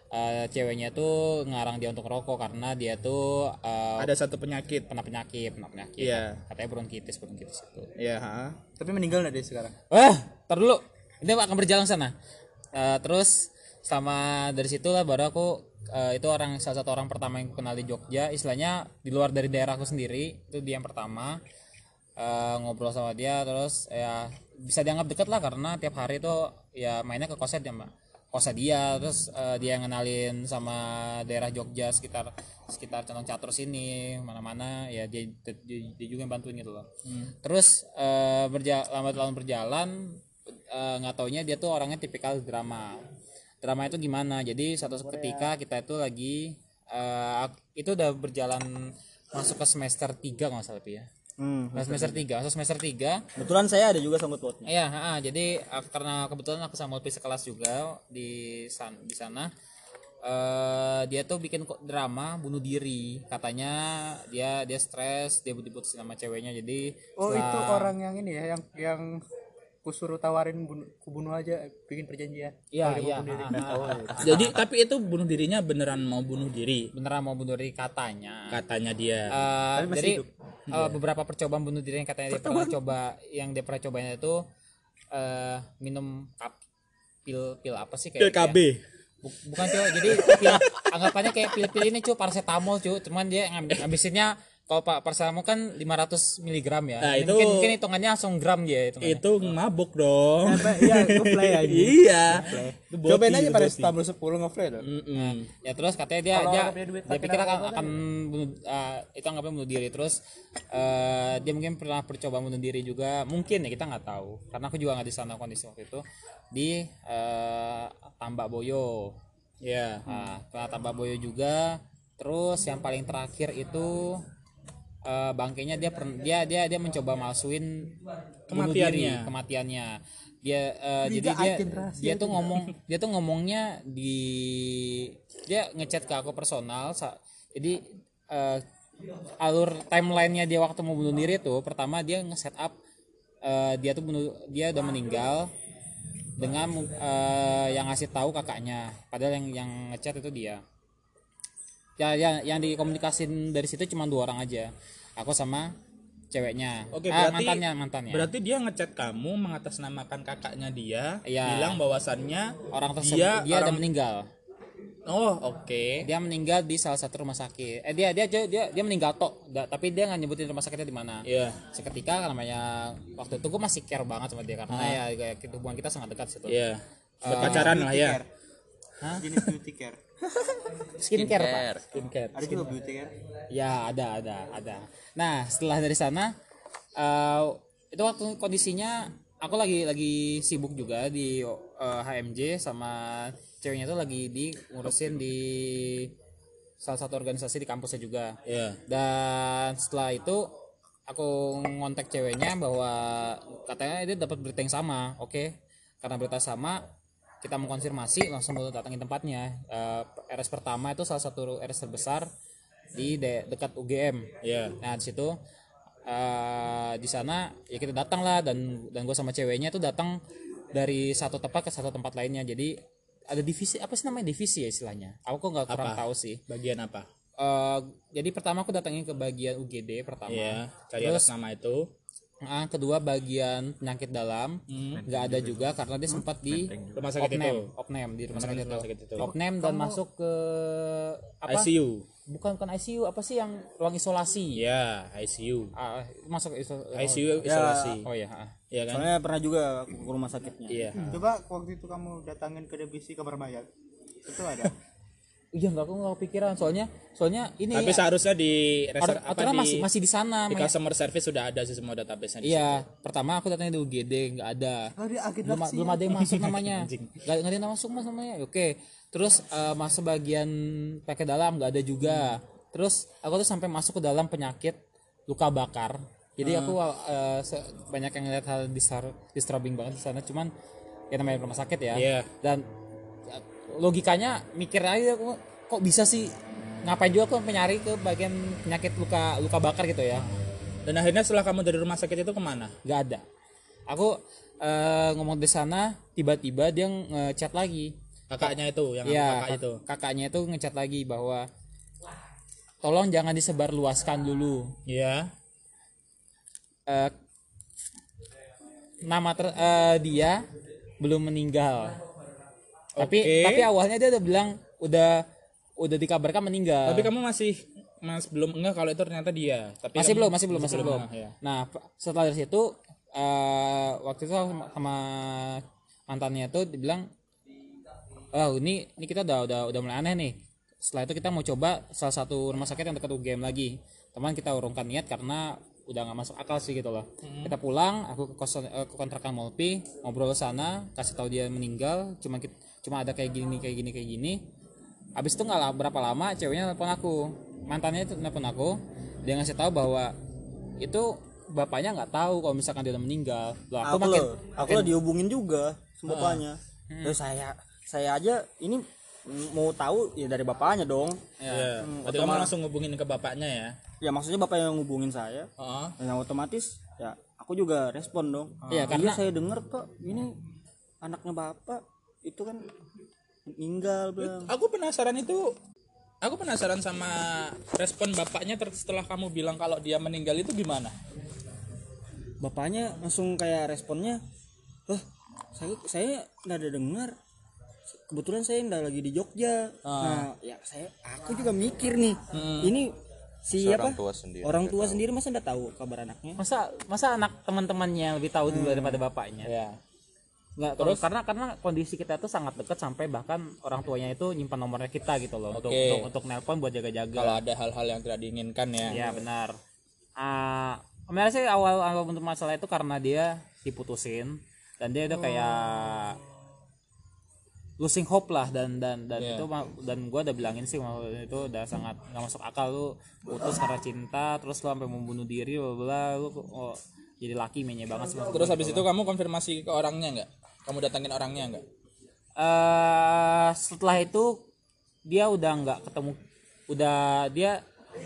C: uh, ceweknya tuh ngarang dia untuk rokok karena dia tuh uh,
A: Ada satu penyakit.
C: pernah penyakit, pernah penyakit.
A: Iya.
C: Katanya bronkitis, bronkitis itu.
A: Iya, ha.
B: Tapi meninggal nggak dia sekarang?
C: Wah, tar dulu. Ini akan berjalan sana. Uh, terus sama dari situlah baru aku uh, itu orang salah satu orang pertama yang kenal di Jogja, istilahnya di luar dari daerahku sendiri, itu dia yang pertama. Uh, ngobrol sama dia terus ya bisa dianggap deket lah karena tiap hari itu ya mainnya ke kosnya dia, kosnya dia terus uh, dia yang ngenalin sama daerah Jogja sekitar sekitar Condong Catur sini mana-mana ya dia, dia, dia juga yang bantuin gitu loh. hmm. Terus uh, berjalan lama tahun berjalan nggak uh, taunya dia tuh orangnya tipikal drama drama itu gimana, jadi satu ketika kita itu lagi uh, itu udah berjalan masuk ke semester tiga nggak salah ya.
D: Hmm.
C: semester tiga, masuk semester tiga.
D: Kebetulan saya ada juga sangkut pautnya.
C: Iya, ha, jadi uh, karena kebetulan aku sama Lutfi sekelas juga di san, di sana. Uh, dia tuh bikin kok drama bunuh diri. Katanya dia dia stres, dia diputusin sama ceweknya. Jadi
B: Oh,
C: setelah-
B: itu orang yang ini ya, yang yang kusuruh tawarin bunuh, kubunuh aja, bikin perjanjian.
C: Iya,
B: Kalau dia
C: iya.
B: mau bunuh diri.
C: ha, ha, ha.
A: Jadi tapi itu bunuh dirinya beneran mau bunuh diri
C: Beneran mau bunuh diri katanya.
A: katanya dia.
C: Uh,
B: Tapi masih
C: jadi
B: hidup.
C: uh, beberapa percobaan bunuh diri yang katanya dia pernah coba, yang dia pernah cobain itu uh, minum kap pil pil apa sih kayak
A: Pil K B.
C: Buk- bukan cuy, jadi pil, anggapannya kayak pil-pil ini cuy, paracetamol cuy, cuman dia ngam- ngabisinnya kalau pak paracetamol kan lima ratus miligram ya.
A: Nah,
C: Ini
A: itu-
C: mungkin mungkin hitungannya langsung gram dia hitungannya.
A: Itu mabuk dong.
B: Iya, ngeplay aja.
A: Iya. Itu boti,
B: Cobain aja
A: itu
B: pada
A: boti.
B: stabel sepuluh ngeplay tuh.
A: Mm-mm.
C: Ya terus katanya dia
B: Kalau
C: dia,
B: punya duit
C: dia
B: pakai
C: pikir akan,
B: narkoba
C: akan bunuh, uh, itu anggapnya bunuh diri, terus uh, dia mungkin pernah percobaan bunuh diri juga, mungkin ya kita nggak tahu karena aku juga nggak di sana kondisi waktu itu di uh, Tambak Boyo.
A: Iya.
C: Nah, pernah Tambak Boyo juga. Terus yang paling terakhir itu uh, bangkainya dia per, dia dia dia mencoba malsuin bunuh diri,
A: Kematiannya.
C: kematiannya. Dia uh, jadi dia dia tuh ngomong dia tuh ngomongnya di dia ngechat ke aku personal. Sa, jadi uh, alur timelinenya dia waktu mau bunuh diri tuh pertama dia nge-set up uh, dia tuh bunuh dia udah meninggal dengan uh, yang ngasih tahu kakaknya, padahal yang yang ngechat itu dia. Ya, ya yang dikomunikasin dari situ cuma dua orang aja, aku sama ceweknya.
A: Oke,
C: ah,
A: berarti
C: mantannya mantannya.
A: Berarti dia ngechat kamu mengatasnamakan kakaknya dia,
C: Iya.
A: bilang bahwasannya
C: orang tersebut
A: dia
C: dia, udah
A: orang-
C: meninggal.
A: Oh, oke.
C: Dia meninggal di salah satu rumah sakit. Eh dia dia dia dia, dia meninggal tok, Da- tapi dia nggak nyebutin rumah sakitnya di mana.
A: Iya.
C: Seketika namanya waktu itu gue masih care banget sama dia karena ya kayak hubungan kita sangat dekat situ.
A: Iya. Berpacaran lah ya.
B: Jenis beauty care.
C: Skincare, Pak.
E: Care.
A: Skincare.
B: Ada juga beauty care.
C: Ya ada ada ada. Nah setelah dari sana eh, itu waktu kondisinya aku lagi lagi sibuk juga di eh, H M J sama ceweknya tuh lagi di ngurusin di salah satu organisasi di kampusnya juga.
A: Iya.
C: Dan setelah itu aku ngontak ceweknya bahwa katanya dia dapat berita yang sama. Oke, karena berita sama kita mengkonfirmasi langsung mau datangin tempatnya. Eh, R S pertama itu salah satu R S terbesar di de- dekat U G M.
A: Iya.
C: Nah di situ eh, di sana ya kita datang lah, dan dan gue sama ceweknya tuh datang dari satu tempat ke satu tempat lainnya. Jadi ada divisi apa sih namanya, divisi ya istilahnya. Aku kok nggak kurang
A: Apa?
C: tahu sih.
A: Bagian apa?
C: Eh, jadi pertama aku datangin ke bagian U G D pertama.
A: Iya, cari
C: Terus
A: atas nama itu.
C: ah, kedua bagian penyakit dalam nggak ada juga karena dia sempat di
A: Rumah sakit
C: Opnem,
A: itu.
C: Opnem di rumah sakit itu.
A: Rumah sakit itu.
C: Opnem dan masuk ke apa?
A: I C U.
C: Bukan bukan I C U, apa sih yang ruang isolasi?
A: Iya, I C U.
C: Ah, masuk iso-
A: I C U isolasi.
C: Oh ya. ah.
A: Iya kan?
D: Soalnya pernah juga aku ke rumah sakitnya.
A: Iya.
B: Coba waktu itu kamu datangin ke divisi kamar mayat. Itu ada.
C: Iya nggak, aku nggak kepikiran soalnya soalnya ini
A: Tapi seharusnya di reser, apa
C: aturan
A: di,
C: masih masih di sana.
A: di
C: Maya.
A: customer service sudah ada sih semua database-nya di
C: Iya, pertama aku datangnya di U G D nggak ada.
B: Oh, dia agen
C: belum,
B: laksi.
C: belum ada yang masuk namanya. Nggak nggak ada yang masuk mas namanya. Oke. Terus eh, masuk bagian pakai dalam nggak ada juga. Terus aku tuh sampai masuk ke dalam penyakit luka bakar. Jadi aku eh, se- banyak yang ngeliat hal distar- disturbing banget di sana. Cuman ya namanya rumah sakit ya.
A: Iya.
C: Dan eh, logikanya mikir aja aku kok bisa sih, ngapain juga aku sampai nyari ke bagian penyakit luka luka bakar gitu ya.
A: Dan akhirnya setelah kamu dari rumah sakit itu kemana?
C: Nggak ada. Aku eh, ngomong di sana, tiba-tiba dia ngechat lagi.
A: kakaknya itu yang
C: ya,
A: kakak itu
C: kakaknya itu ngechat lagi bahwa tolong jangan disebarluaskan dulu.
A: ya
C: Eh, nama ter, eh, dia belum meninggal. Tapi
A: Oke.
C: tapi awalnya dia udah bilang udah udah dikabarkan meninggal.
A: tapi kamu masih mas belum enggak kalau itu ternyata dia tapi
C: masih
A: kamu-
C: belum masih belum masih belum.
A: ah, ya.
C: Nah p- setelah dari situ eh, waktu itu sama, sama mantannya itu dibilang, oh ini ini kita udah udah udah mulai aneh nih. Setelah itu kita mau coba salah satu rumah sakit yang dekat U G M lagi. Teman kita urungkan niat karena udah nggak masuk akal sih gitu loh. Hmm. Kita pulang, aku ke kos eh, ke kontrakan Molpi, ngobrol ke sana, kasih tahu dia meninggal, cuma kit- cuma ada kayak gini kayak gini kayak gini. Abis itu nggak lah berapa lama ceweknya telepon aku, mantannya itu telepon aku, dia ngasih tahu bahwa itu bapaknya nggak tahu kalau misalkan dia udah meninggal. Loh,
D: aku,
C: aku makin
D: loh, aku lah dihubungin juga sama bapaknya. Terus saya saya aja ini mau tahu ya dari bapaknya dong.
A: Ya.
D: Hmm,
A: Berarti kamu langsung ngubungin ke bapaknya ya.
D: Ya maksudnya bapak yang ngubungin saya.
A: Heeh.
D: Dan otomatis ya aku juga respon dong.
C: Iya,
D: Ah,
C: karena-
D: iya, saya dengar kok ini anaknya bapak itu kan meninggal bilang.
A: Aku penasaran itu. Aku penasaran sama respon bapaknya ter- setelah kamu bilang kalau dia meninggal itu gimana?
D: Bapaknya langsung kayak responnya, "Wah, saya saya nggak ada dengar. Kebetulan saya nggak lagi di Jogja." Nah, ya saya aku juga mikir nih. Ini si apa?
E: tua sendiri
D: Orang tua sendiri masa nggak tahu kabar anaknya?
C: masa masa anak teman-temannya lebih tahu dulu daripada bapaknya.
A: Ya.
C: Nggak, terus karena karena kondisi kita itu sangat dekat sampai bahkan orang tuanya itu nyimpan nomornya kita gitu loh untuk
A: Oke.
C: untuk untuk nelpon buat jaga-jaga.
A: Kalau ada hal-hal yang tidak diinginkan ya.
C: Ya benar. Ah, sebenarnya sih awal awal untuk masalah itu karena dia diputusin dan dia udah kayak losing hope lah dan dan dan
A: Yeah.
C: itu ma- dan gua udah bilangin sih waktu itu udah sangat nggak masuk akal lu putus karena cinta terus lu sampai membunuh diri bla bla lu oh, jadi laki menye banget sih.
A: Terus habis itu kamu konfirmasi ke orangnya nggak? Kamu datangin orangnya nggak?
C: eh setelah itu dia udah nggak ketemu, udah dia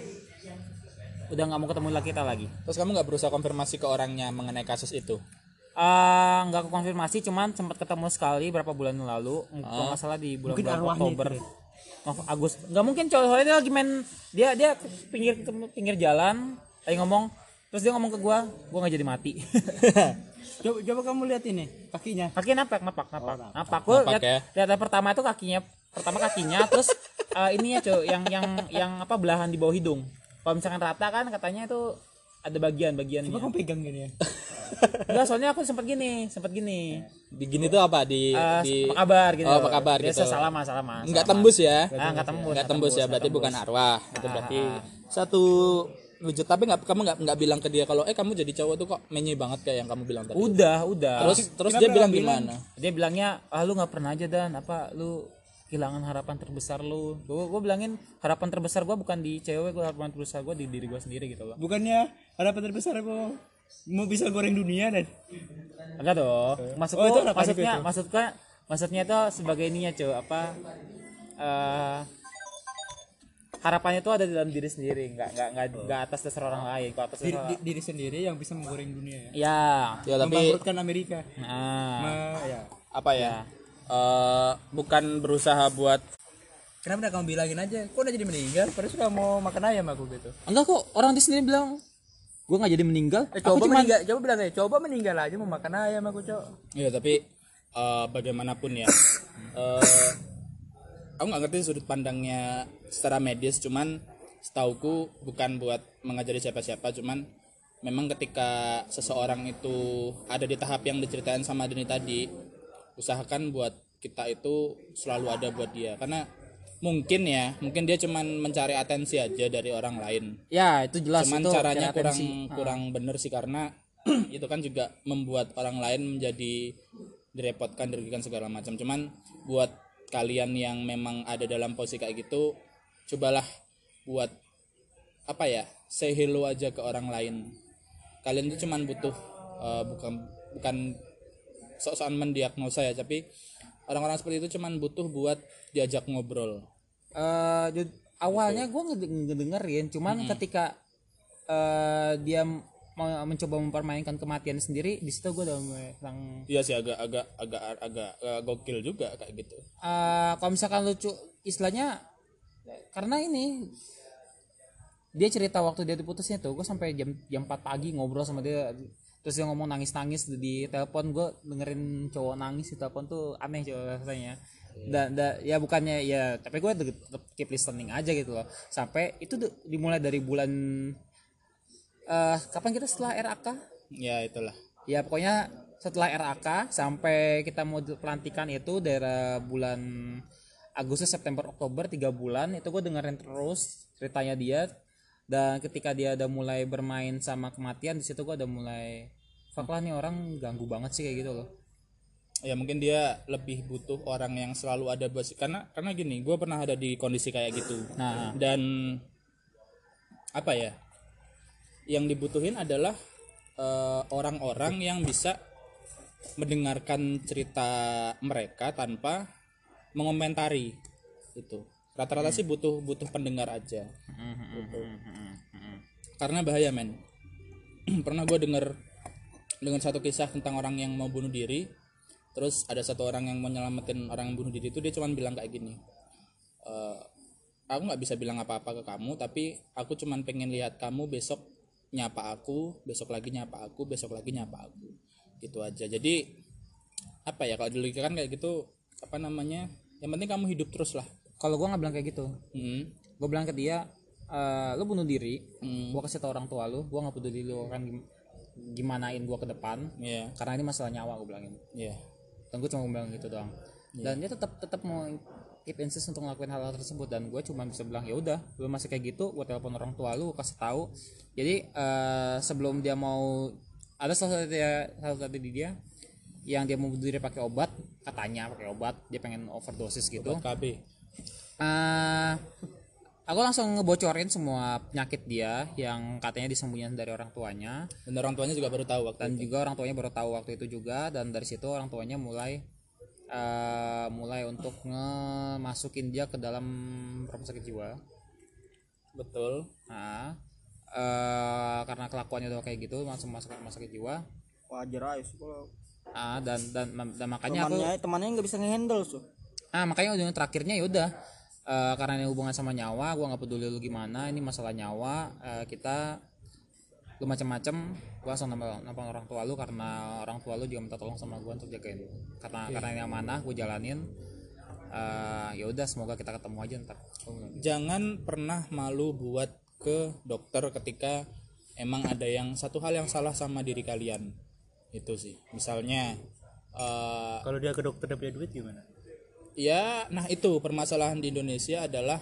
C: udah nggak mau ketemu lagi kita lagi.
A: Terus kamu nggak berusaha konfirmasi ke orangnya mengenai kasus itu?
C: Eh nggak konfirmasi, cuman sempat ketemu sekali berapa bulan yang lalu, kalau nggak salah di bulan-bulan Oktober, Nov- Agustus. Nggak mungkin cowok soalnya dia lagi main, dia dia ke pinggir ke pinggir jalan, lagi ngomong, terus dia ngomong ke gua, gua nggak jadi mati.
B: Coba, coba kamu lihat ini kakinya.
C: Kaki napak, napak, napak, napak. Gua
A: Napak
C: lihat,
A: ya.
C: lihat yang pertama itu kakinya, pertama kakinya, terus eh, ini ya cuy, yang yang yang apa belahan di bawah hidung. Kalau misalkan rata kan katanya itu ada bagian-bagiannya.
B: Coba kamu pegang gini ya.
C: Enggak, soalnya aku sempat gini, sempat gini.
A: Di gini tuh apa di
C: Eh,
A: di
C: apa kabar gitu.
A: Oh, apa kabar
C: Dia
A: gitu.
C: salah mas, salah mas.
A: Nggak
C: salah,
A: tembus ya?
C: Mas. Ah, nggak tembus.
A: Nggak tembus ya, berarti bukan arwah. Itu berarti satu wujud. Tapi nggak kamu nggak nggak bilang ke dia kalau eh kamu jadi cowok tuh kok menye banget kayak yang kamu bilang tadi.
C: Udah, udah.
A: Terus terus dia bilang gimana?
C: Dia bilangnya, ah lu nggak pernah aja dan apa lu kehilangan harapan terbesar lu. Gue gue bilangin harapan terbesar gue bukan di cewek, gue harapan terbesar gue di diri gue sendiri gitu loh.
B: Bukannya harapan terbesar mau mau bisa goreng dunia dan
C: Enggak dong. Maksudku,
B: Oh, itu harapan
C: maksudnya
B: itu.
C: maksudnya maksudnya itu sebagai ininya cuy apa eh harapannya itu ada di dalam diri sendiri, nggak nggak nggak nggak atas dasar orang lain, kok atas
B: diri,
C: dasar
B: di- diri sendiri yang bisa menggoreng dunia ya.
C: ya.
A: Ya tapi
B: Membangkrutkan Amerika.
C: Nah,
B: Ma- ya.
A: apa ya? Eh, bukan berusaha buat
B: Kenapa nggak kamu bilangin aja? Kok udah jadi meninggal? Padahal sudah mau makan ayam aku gitu.
C: enggak kok orang di sini bilang gue nggak jadi meninggal.
B: Eh,
C: Aku
B: coba
C: cuman-
B: meninggal, coba bilang aja, coba meninggal aja mau makan ayam aku, Cok.
A: ya tapi eh, bagaimanapun ya. eh, aku nggak ngerti sudut pandangnya secara medis, cuman setauku bukan buat mengajari siapa-siapa, cuman memang ketika seseorang itu ada di tahap yang diceritain sama Deni tadi, usahakan buat kita itu selalu ada buat dia, karena mungkin ya mungkin dia cuman mencari atensi aja dari orang lain,
C: Ya itu jelas
A: cuman
C: itu
A: caranya
C: cari
A: kurang
C: atensi.
A: kurang bener sih, karena itu kan juga membuat orang lain menjadi direpotkan, dirugikan segala macam. Cuman buat kalian yang memang ada dalam posisi kayak gitu, cobalah buat apa ya, say hello aja ke orang lain. Kalian tuh cuman butuh eh, bukan bukan sok-sokan mendiagnosa ya, tapi orang-orang seperti itu cuman butuh buat diajak ngobrol.
C: Eh, jud- awalnya gue ngedengerin, cuman ketika eh, dia mau mencoba mempermainkan kematian sendiri, di situ gue udah mulai yang
A: Iya sih agak agak agak agak, agak gokil juga kayak gitu.
C: uh, kalau misalkan lucu istilahnya, karena ini dia cerita waktu dia diputusnya tuh gue sampai jam jam empat pagi ngobrol sama dia, terus dia ngomong nangis-nangis di telepon, gue dengerin cowok nangis di telepon tuh aneh coba rasanya. Dan da, ya bukannya ya, tapi gue tetap keep listening aja gitu loh. Sampai itu tuh dimulai dari bulan uh, kapan kita setelah R A K?
A: Ya itulah.
C: Ya pokoknya setelah R A K sampai kita mau pelantikan itu daerah bulan Agustus, September, Oktober, tiga bulan itu gue dengerin terus ceritanya dia. Dan ketika dia udah mulai bermain sama kematian, di situ gue udah mulai fuck lah nih orang ganggu banget sih kayak gitu loh.
A: Ya mungkin dia lebih butuh orang yang selalu ada buat, karena karena gini, gue pernah ada di kondisi kayak gitu.
C: Nah,
A: Dan apa ya, yang dibutuhin adalah uh, orang-orang yang bisa mendengarkan cerita mereka tanpa mengomentari itu. Rata-rata sih butuh butuh pendengar aja gitu. Karena bahaya men. Pernah gue denger dengar satu kisah tentang orang yang mau bunuh diri. Terus ada satu orang yang mau nyelamatin orang yang bunuh diri itu, dia cuma bilang kayak gini, e, aku nggak bisa bilang apa-apa ke kamu, tapi aku cuma pengen lihat kamu besok nyapa aku, besok lagi nyapa aku, besok lagi nyapa aku, gitu aja. Jadi apa ya, kalau dulu kan kayak gitu, apa namanya, yang penting kamu hidup terus lah.
C: kalau gue nggak bilang kayak gitu,
A: hmm.
C: gue bilang ke dia, e, lu bunuh diri,
A: Hmm.
C: gue kasih tau orang tua lu, gue nggak peduli lu akan gim- gimanain gue ke depan,
A: yeah.
C: karena ini masalah nyawa, gue bilangin.
A: yeah.
C: Dan gue cuma bilang gitu doang. Dan dia tetap tetap mau keep insist untuk ngelakuin hal-hal tersebut, dan gue cuma bisa bilang ya udah, lu masih kayak gitu, gue telepon orang tua lu, kasih tahu. Jadi uh, sebelum dia mau, ada salah satu dia salah satu di dia yang dia mau bunuh diri pakai obat, katanya pakai obat, dia pengen overdosis gitu.
A: Obat K B.
C: Uh, aku langsung ngebocorin semua penyakit dia yang katanya disembunyikan dari orang tuanya,
A: Dan orang tuanya juga baru tahu waktu
C: dan
A: itu.
C: juga orang tuanya baru tahu waktu itu juga. Dan dari situ orang tuanya mulai uh, mulai untuk ngemasukin dia ke dalam rumah sakit jiwa.
A: Betul.
C: Nah, uh, karena kelakuannya udah kayak gitu, langsung masuk ke rumah sakit jiwa.
D: Wajar aja sih kalau
C: Ah, dan dan dan makanya aku
D: temannya temannya nggak bisa ngehandle tuh.
C: ah makanya ujung terakhirnya ya udah, uh, karena ini hubungan sama nyawa, gua nggak peduli lu gimana, ini masalah nyawa, uh, kita lu macam-macam, gua langsung nambah nambah orang tua lu, karena orang tua lu juga minta tolong sama gua untuk jagain lu, karena karena ini amanah gua jalanin. Uh, ya udah, semoga kita ketemu aja ntar.
A: Jangan pernah malu buat ke dokter ketika emang ada yang satu hal yang salah sama diri kalian. Itu sih, misalnya uh,
B: Kalau dia ke dokter dia punya duit gimana?
A: ya, nah itu permasalahan di Indonesia adalah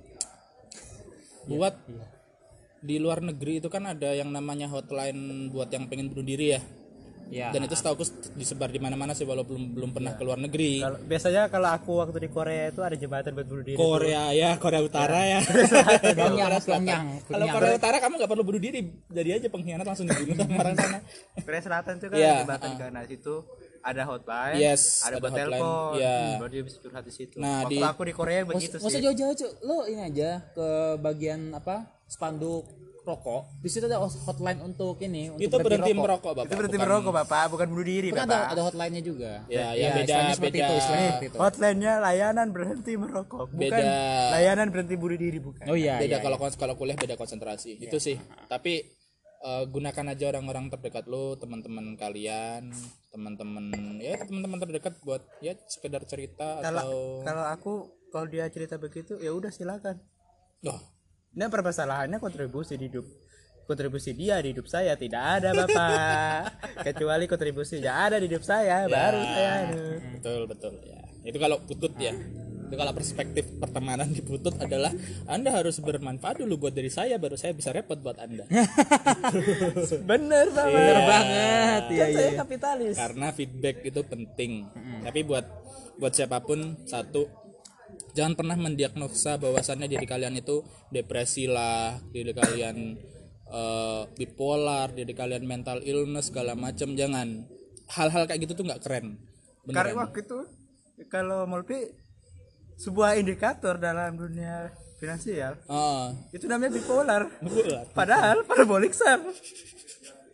A: buat di luar negeri itu kan ada yang namanya hotline buat yang pengen bunuh diri ya.
C: Ya.
A: Dan itu setahu aku disebar di mana-mana sih, walau belum belum pernah ke luar negeri.
B: Kalau biasanya kalau aku waktu di Korea itu ada jembatan buat bunuh diri.
A: Korea ya, Korea Utara ya.
C: Pyongyang, Pyongyang,
A: Kalau
C: Pyongyang.
A: Korea Utara kamu nggak perlu bunuh diri, jadi aja pengkhianat langsung dibunuh sama orang sana.
B: Korea Selatan itu kan
A: Iya,
B: ada jembatan
A: uh-uh.
B: kan, nah situ ada hotline,
A: Yes,
B: ada
A: ada
B: buat
A: hotline,
B: telepon,
A: iya.
B: hmm, baru dia bisa curhat di situ.
A: Nah,
B: Waktu
A: di-
B: aku di Korea begitu
C: Nggak usah
B: sih.
C: jauh-jauh, Cuk. Lo ini aja ke bagian apa, spanduk rokok, di situ ada hotline untuk ini, untuk
A: Itu berhenti
C: rokok.
A: merokok, Bapak.
B: Itu berarti
A: bukan-
B: merokok bapak, bukan bunuh diri
C: Kan ada
B: bapak.
C: ada hotline-nya juga.
A: Ya, ya, beda-
C: istilahnya seperti
A: beda.
C: itu, istilahnya seperti itu.
B: Hotline-nya layanan berhenti merokok, bukan
A: Beda.
B: layanan berhenti bunuh diri, bukan.
C: Oh iya,
A: beda
C: iya,
A: kalau kalau kuliah beda konsentrasi. Itu sih. Tapi eh, gunakan aja orang-orang terdekat lo, teman-teman kalian, teman-teman ya teman-teman terdekat buat ya sekedar cerita
B: Kalau
A: atau
B: kalau aku kalau dia cerita begitu ya udah silakan.
A: oh,
B: Nah permasalahannya kontribusi di hidup kontribusi dia di hidup saya tidak ada bapak, kecuali kontribusinya ada di hidup saya baru saya anu.
A: betul betul ya. Itu kalau putut ya. Itu kalau perspektif pertemanan di putut adalah Anda harus bermanfaat dulu buat diri saya, baru saya bisa repot buat Anda.
B: Bener bapak.
C: Bener banget.
B: Kan saya kapitalis.
A: Karena feedback itu penting. Tapi buat buat siapapun, satu, jangan pernah mendiagnosa bahwasannya diri kalian itu depresi lah, diri kalian eh, bipolar, diri kalian mental illness segala macam. Jangan. Hal-hal kayak gitu tuh nggak keren.
B: Karena
A: Beneran.
B: waktu itu kalau Molpi sebuah indikator dalam dunia finansial
A: Oh,
B: itu namanya bipolar.
A: bipolar.
B: Padahal parabolik sar.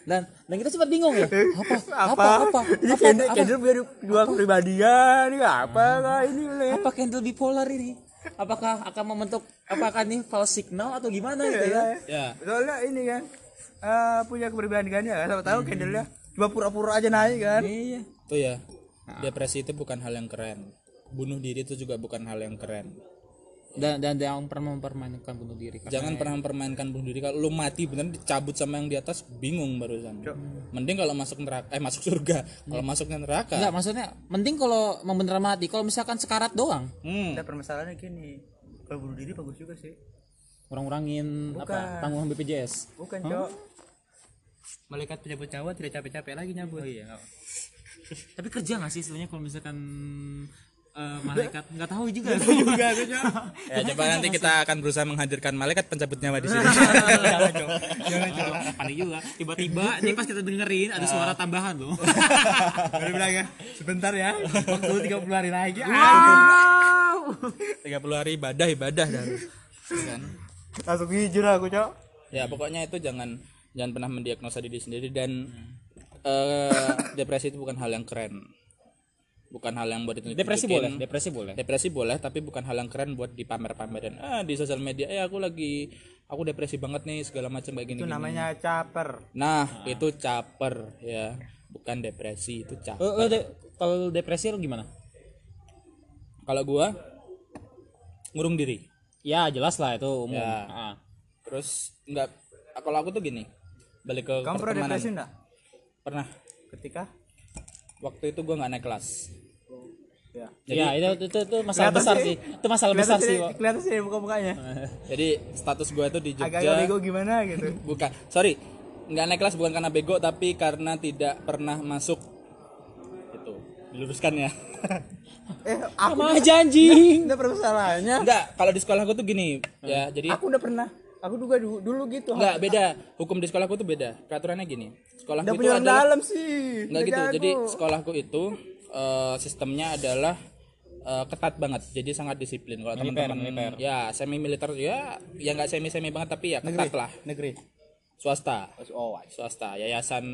C: dan dan kita sempat bingung ya apa apa apa
B: Ini
C: apa
B: Kendall,
C: apa,
B: Kendall punya dua kepribadian, ini apa kah ini boleh?
C: apa Kendall bipolar ini apakah akan membentuk apakah ini false signal atau gimana gitu ya
A: Ya.
B: Soalnya ini kan eh, punya kepribadiannya kan, sama tahu Kendallnya cuma pura-pura aja naik kan.
C: iya
A: Itu ya. Depresi itu bukan hal yang keren. Bunuh diri itu juga bukan hal yang keren.
C: dan dan jangan pernah mempermainkan bunuh diri karena
A: Jangan pernah mempermainkan bunuh diri. Kalau lu mati beneran dicabut sama yang di atas, bingung barusan. Mending kalau masuk neraka, eh masuk surga. Kalau masuknya neraka.
C: enggak maksudnya mending kalau mau beneran mati kalau misalkan sekarat doang
A: Hmm.
B: Ada permasalahannya gini, kalau bunuh diri bagus juga sih.
C: kurang-kurangin apa tanggungan B P J S
B: Bukan cok. Malaikat penyabut nyawa tidak capek-capek lagi nyabut.
C: oh iya nggak apa. Tapi kerja nggak sih sebenarnya kalau misalkan eh, malaikat nggak tahu juga
B: Juga aku cok.
A: Ya coba nanti kita akan berusaha menghadirkan malaikat pencabut nyawa di sini.
B: Jangan cok. Jangan cok.
C: panik juga tiba-tiba nih pas kita dengerin ada suara tambahan loh
B: Baru bilang ya, sebentar ya. Waktu tiga puluh hari lagi.
A: tiga puluh hari ibadah ibadah dah. Kan?
B: Langsung hijau aku cok.
A: Ya pokoknya itu jangan jangan pernah mendiagnosa diri sendiri dan eh, depresi itu bukan hal yang keren. Bukan hal yang buat itu
C: depresi boleh depresi boleh
A: Depresi boleh tapi bukan hal yang keren buat dipamer-pamerin. Ah di sosial media eh aku lagi aku depresi banget nih segala macam kayak gini.
B: Itu namanya caper.
A: Nah, itu caper ya. Bukan depresi, itu caper.
C: Eh, eh, de- kalau depresi lo gimana
A: Kalau gua ngurung diri.
C: ya jelas lah itu umum
A: Ya.
C: Ah.
A: Terus enggak kalau aku tuh gini. Balik ke
B: Kamu pernah
A: pertemanan.
B: depresi enggak?
A: Pernah.
B: Ketika
A: Waktu itu gua nggak naik kelas.
B: ya.
C: ya itu, itu itu masalah
B: Kelihatan
C: besar
B: sih.
C: sih itu masalah besar sih Wak.
B: Kelihatan sih muka-mukanya.
A: Jadi status gua itu di Jogja.
B: Agak-agak bego gimana gitu.
A: Bukan. Sorry. Nggak naik kelas bukan karena bego tapi karena tidak pernah masuk. Itu. Diluruskan ya.
B: Eh, aku
C: sama aja anjing
B: udah permasalahannya.
A: Enggak, kalau di sekolah gua tuh gini, ya. Jadi
B: Aku udah pernah. Aku juga dulu, dulu gitu.
A: enggak beda. Hukum di sekolahku itu beda. Peraturannya gini. Sekolahku
B: Udah
A: itu
B: punya orang
A: adalah
B: dalam sih.
A: enggak
B: Udah
A: gitu.
B: jago.
A: Jadi sekolahku itu eh, sistemnya adalah eh, ketat banget. Jadi sangat disiplin. Kalau teman-teman ya semi militer ya ya enggak semi semi banget tapi ya ketat lah.
B: negeri.
A: Swasta.
B: Oh,
A: Swasta. Yayasan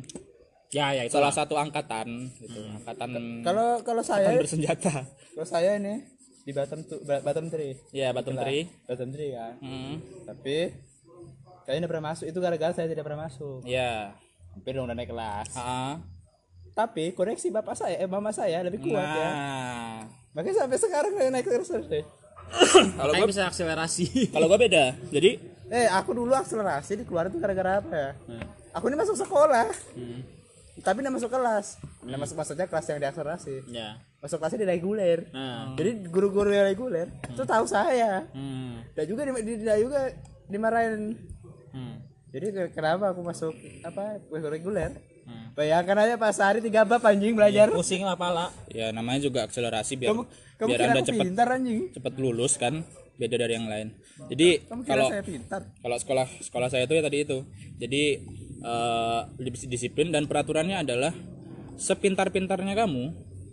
C: ya ya itu
A: salah satu angkatan gitu. Angkatan
B: kalau kalau saya
A: angkatan bersenjata.
B: kalau saya ini di Batam tuh Ba- Batam Tri.
A: Ya, Batum Tri.
B: Batam Tri kan.
A: Hmm.
B: Tapi kayaknya udah pernah masuk. Itu gara-gara saya tidak pernah masuk.
A: Ya.
B: Hampir dong udah naik kelas.
A: Heeh.
B: Tapi koreksi bapak saya, eh mama saya lebih kuat ya.
A: Nah.
B: Makanya sampai sekarang saya naik terus terus deh.
A: Kalau
C: Kayak
A: gua
C: bisa akselerasi
A: kalau gua beda. Jadi
B: Eh, aku dulu akselerasi dikeluarin tuh gara-gara apa ya? Aku ini masuk sekolah. Tapi nggak masuk kelas. Nggak masuk maksudnya kelas yang diakselerasi.
C: ya
B: Masuk kelasnya di reguler.
C: nah
B: Jadi guru-guru yang reguler itu tahu saya.
C: hmm.
B: Dan juga di, di, dia juga dimarahin.
C: Hmm.
B: Jadi ke- kenapa aku masuk apa guru reguler?
C: Hmm.
B: Bayangkan aja pas hari tiga bab anjing belajar.
C: pusing lah pala
A: ya namanya juga akselerasi biar
B: Kamu kamu
A: biar
B: kira
A: Anda
B: aku
A: cepat
B: pintar anjing?
A: cepat lulus kan, beda dari yang lain. Jadi
B: Kamu kira
A: kalau
B: saya pintar?
A: kalau sekolah sekolah saya itu ya tadi itu. Jadi eh, dis- disiplin dan peraturannya adalah sepintar-pintarnya kamu,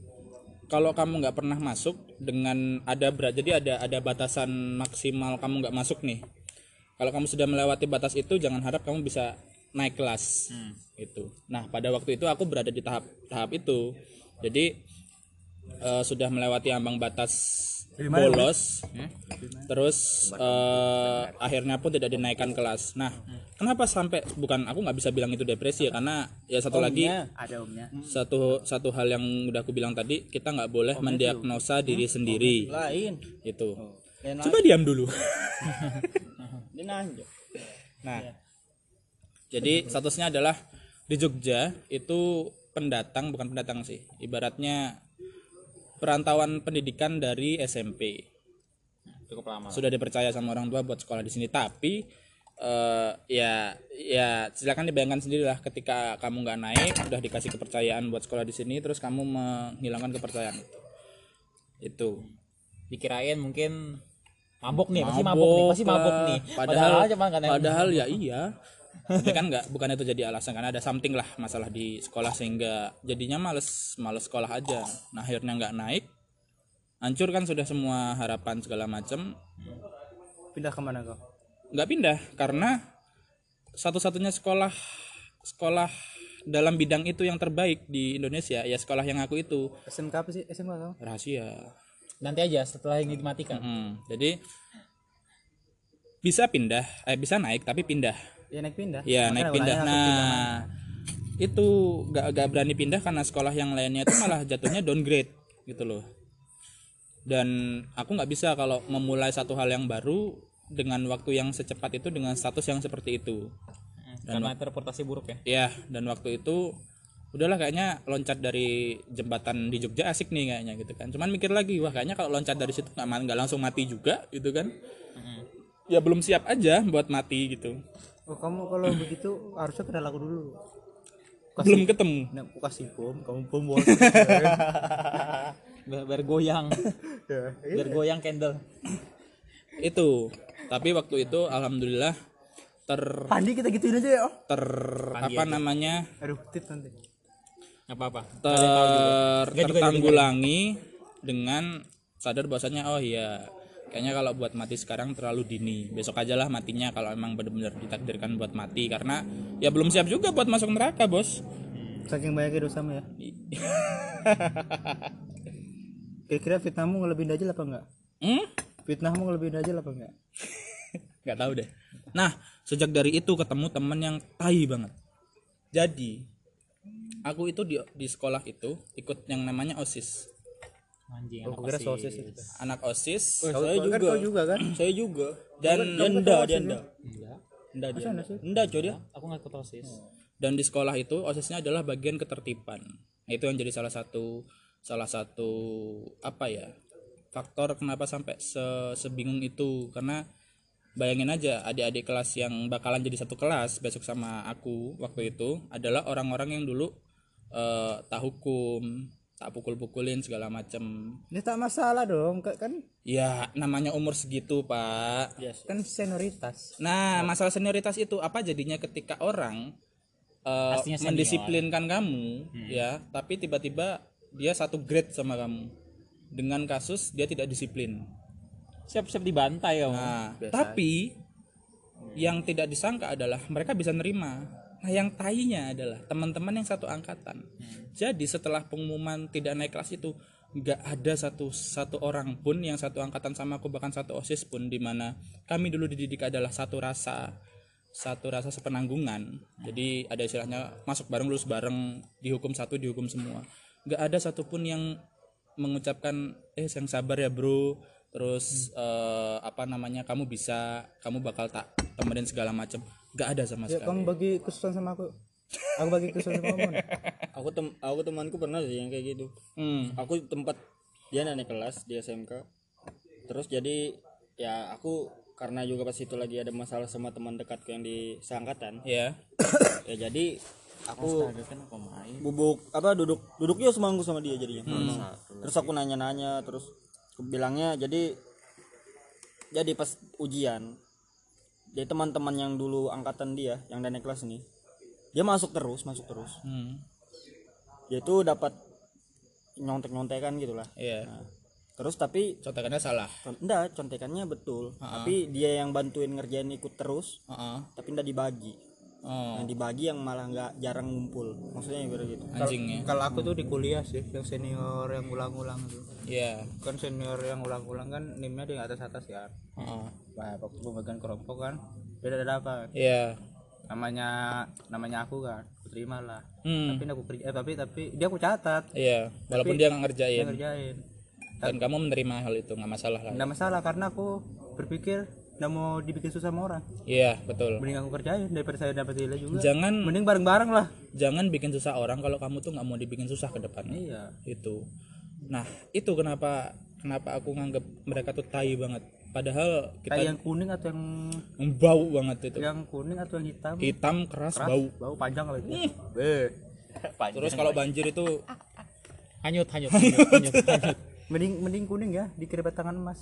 A: kalau kamu nggak pernah masuk dengan ada berat, jadi ada ada batasan maksimal kamu nggak masuk nih. Kalau kamu sudah melewati batas itu, jangan harap kamu bisa naik kelas. Itu. Nah pada waktu itu aku berada di tahap tahap itu. Jadi eh, sudah melewati ambang batas bolos, terus eh, akhirnya pun tidak dinaikkan kelas. Nah, kenapa sampai bukan aku nggak bisa bilang itu depresi ya, karena ya satu lagi
B: Ada omnya.
A: satu satu hal yang udah aku bilang tadi, kita nggak boleh mendiagnosa diri sendiri.
D: Lain.
A: Itu.
D: Lain
A: Coba diam dulu.
D: Dia nanya.
A: Nah, jadi statusnya adalah di Jogja itu pendatang, bukan pendatang sih, ibaratnya perantauan pendidikan dari S M P.
C: cukup lama
A: Sudah dipercaya sama orang tua buat sekolah di sini, tapi eh, ya ya silakan dibayangkan sendirilah ketika kamu nggak naik, udah dikasih kepercayaan buat sekolah di sini, terus kamu menghilangkan kepercayaan itu. Itu.
C: dikirain mungkin mabok nih pasti mabok nih pasti mabok nih
A: Padahal
C: cuma nggak naik.
A: padahal ya iya. Tapi kan nggak, bukan itu jadi alasan, karena ada something lah masalah di sekolah sehingga jadinya males males sekolah aja. Nah akhirnya nggak naik, hancur kan sudah semua harapan segala macam.
B: Pindah kemana kau?
A: Nggak pindah karena satu-satunya sekolah sekolah dalam bidang itu yang terbaik di Indonesia, ya sekolah yang aku itu.
B: S M K apa sih? S M K kamu?
A: Rahasia.
C: Nanti aja setelah ini dimatikan.
A: Hmm, jadi bisa pindah, eh bisa naik tapi pindah.
B: Ya naik pindah.
A: Ya
B: Makanya
A: naik
B: aku
A: pindah.
B: nanya langsung pindah mana.
A: Nah itu gak, gak berani pindah karena sekolah yang lainnya itu malah jatuhnya downgrade gitu loh. Dan aku nggak bisa kalau memulai satu hal yang baru dengan waktu yang secepat itu dengan status yang seperti itu. Dan
C: Karena interpretasi buruk ya.
A: ya dan waktu itu udahlah kayaknya loncat dari jembatan di Jogja asik nih kayaknya gitu kan. Cuman mikir lagi, wah kayaknya kalau loncat dari situ nggak nggak langsung mati juga gitu kan. Ya belum siap aja buat mati gitu.
B: Oh, kamu kalau begitu harusnya kenal aku dulu.
A: Belum ketemu.
B: Nah, aku kasih bom, kamu bom bom.
C: Biar, biar goyang.
B: Ya,
C: Biar goyang candle.
A: Itu. Tapi waktu itu alhamdulillah ter
B: Pandi kita gituin aja ya.
A: ter apa namanya?
B: Aduh, tit nanti.
C: Enggak apa-apa.
A: ter tertanggulangi dengan sadar bahwasanya oh iya kayaknya kalau buat mati sekarang terlalu dini, besok aja lah matinya kalau emang benar-benar ditakdirkan buat mati, karena ya belum siap juga buat masuk neraka bos.
B: Saking banyaknya dosamu ya. Kira-kira fitnahmu ngelebihin Dajjal apa enggak?
A: Hmm?
B: Fitnahmu ngelebihin Dajjal apa enggak?
A: Nggak tahu deh. Nah sejak dari itu ketemu temen yang tai banget. Jadi aku itu di di sekolah itu ikut yang namanya OSIS.
C: Anjing.
B: Aku kira sosis itu.
A: Anak OSIS.
D: Saya juga.
B: Kau juga kan?
D: Saya juga.
A: Dan
D: Dia nda, dia nda.
C: Enggak.
D: Nda dia. Nda coy dia.
C: Aku enggak ikut OSIS.
A: dan di sekolah itu OSISnya adalah bagian ketertiban. Nah, itu yang jadi salah satu salah satu apa ya faktor kenapa sampai se- sebingung itu, karena bayangin aja adik-adik kelas yang bakalan jadi satu kelas besok sama aku waktu itu adalah orang-orang yang dulu eh, tak hukum, tak pukul-pukulin segala macem.
B: Ini tak masalah dong, Kak, kan
A: Ya namanya umur segitu pak.
B: kan senioritas.
A: Nah masalah senioritas itu apa jadinya ketika orang eh,
C: Pastinya senior.
A: mendisiplinkan kamu ya, tapi tiba-tiba dia satu grade sama kamu dengan kasus dia tidak disiplin.
C: Siap-siap dibantai kamu.
A: Nah, tapi yang tidak disangka adalah mereka bisa nerima. Nah, yang tainya adalah teman-teman yang satu angkatan. Jadi setelah pengumuman tidak naik kelas itu, nggak ada satu satu orang pun yang satu angkatan sama aku, bahkan satu OSIS pun, di mana kami dulu dididik adalah satu rasa, satu rasa sepenanggungan. Jadi ada istilahnya masuk bareng lulus bareng, dihukum satu dihukum semua. Nggak ada satupun yang mengucapkan eh yang sabar ya bro, terus eh, apa namanya kamu bisa, kamu bakal tak temenin segala macam, nggak ada sama
B: Ya,
A: sekali.
B: kamu bagi kesusahan sama aku. Aku bagi kesusahan sama kamu.
D: Aku tem aku temanku pernah sih yang kayak gitu.
A: Hmm.
D: Aku tempat dia naik kelas di S M K. Terus jadi ya aku karena juga pas itu lagi ada masalah sama teman dekatku yang di seangkatan.
A: Ya.
D: Ya jadi aku
E: Kenapa main?
D: bubuk apa duduk duduk yuk semangku sama dia jadinya. Terus aku nanya-nanya terus aku bilangnya jadi jadi pas ujian jadi teman-teman yang dulu angkatan dia yang udah naik kelas nih dia masuk terus masuk terus
A: Hmm.
D: dia itu dapat nyontek-nyontekan gitulah.
A: Iya.
D: Nah, terus tapi
A: Contekannya salah.
D: con- enggak contekannya betul tapi dia yang bantuin ngerjain ikut terus
A: Heeh.
D: tapi enggak dibagi.
A: Oh,
D: Yang dibagi yang malah nggak jarang ngumpul maksudnya ibarat gitu.
A: anjingnya.
B: Kalau aku tuh di kuliah sih, yang senior yang ulang-ulang tuh.
A: Iya.
B: Kan senior yang ulang-ulang kan nimnya di atas-atas ya.
A: Heeh.
B: Nah, waktu pembagian kelompok kan beda dapat.
A: Iya.
B: Namanya namanya aku kan, aku terima lah.
A: Hmm.
B: Tapi aku kerja eh, tapi tapi dia aku catat,
A: Iya, walaupun dia nggak ngerjain
B: dia ngerjain.
A: dan kamu menerima hal itu nggak masalah lah.
B: Nggak masalah karena aku berpikir nggak mau dibikin susah sama orang.
A: Iya, betul.
B: Mending aku kerjain daripada saya dapat nilai juga.
A: Jangan
B: Mending bareng-bareng lah.
A: jangan bikin susah orang kalau kamu tuh nggak mau dibikin susah ke depannya.
B: Iya.
A: Itu. Nah, itu kenapa kenapa aku nganggap mereka tuh tai banget. Padahal kita
B: Kayak yang kuning atau yang
A: yang bau banget itu.
B: yang kuning atau yang hitam?
A: Hitam keras, bau.
B: Bau panjang lagi. Beh.
A: Terus kalau banjir itu
C: Hanyut, hanyut, hanyut, hanyut, hanyut.
B: Mending mending kuning ya, dikiribat tangan emas.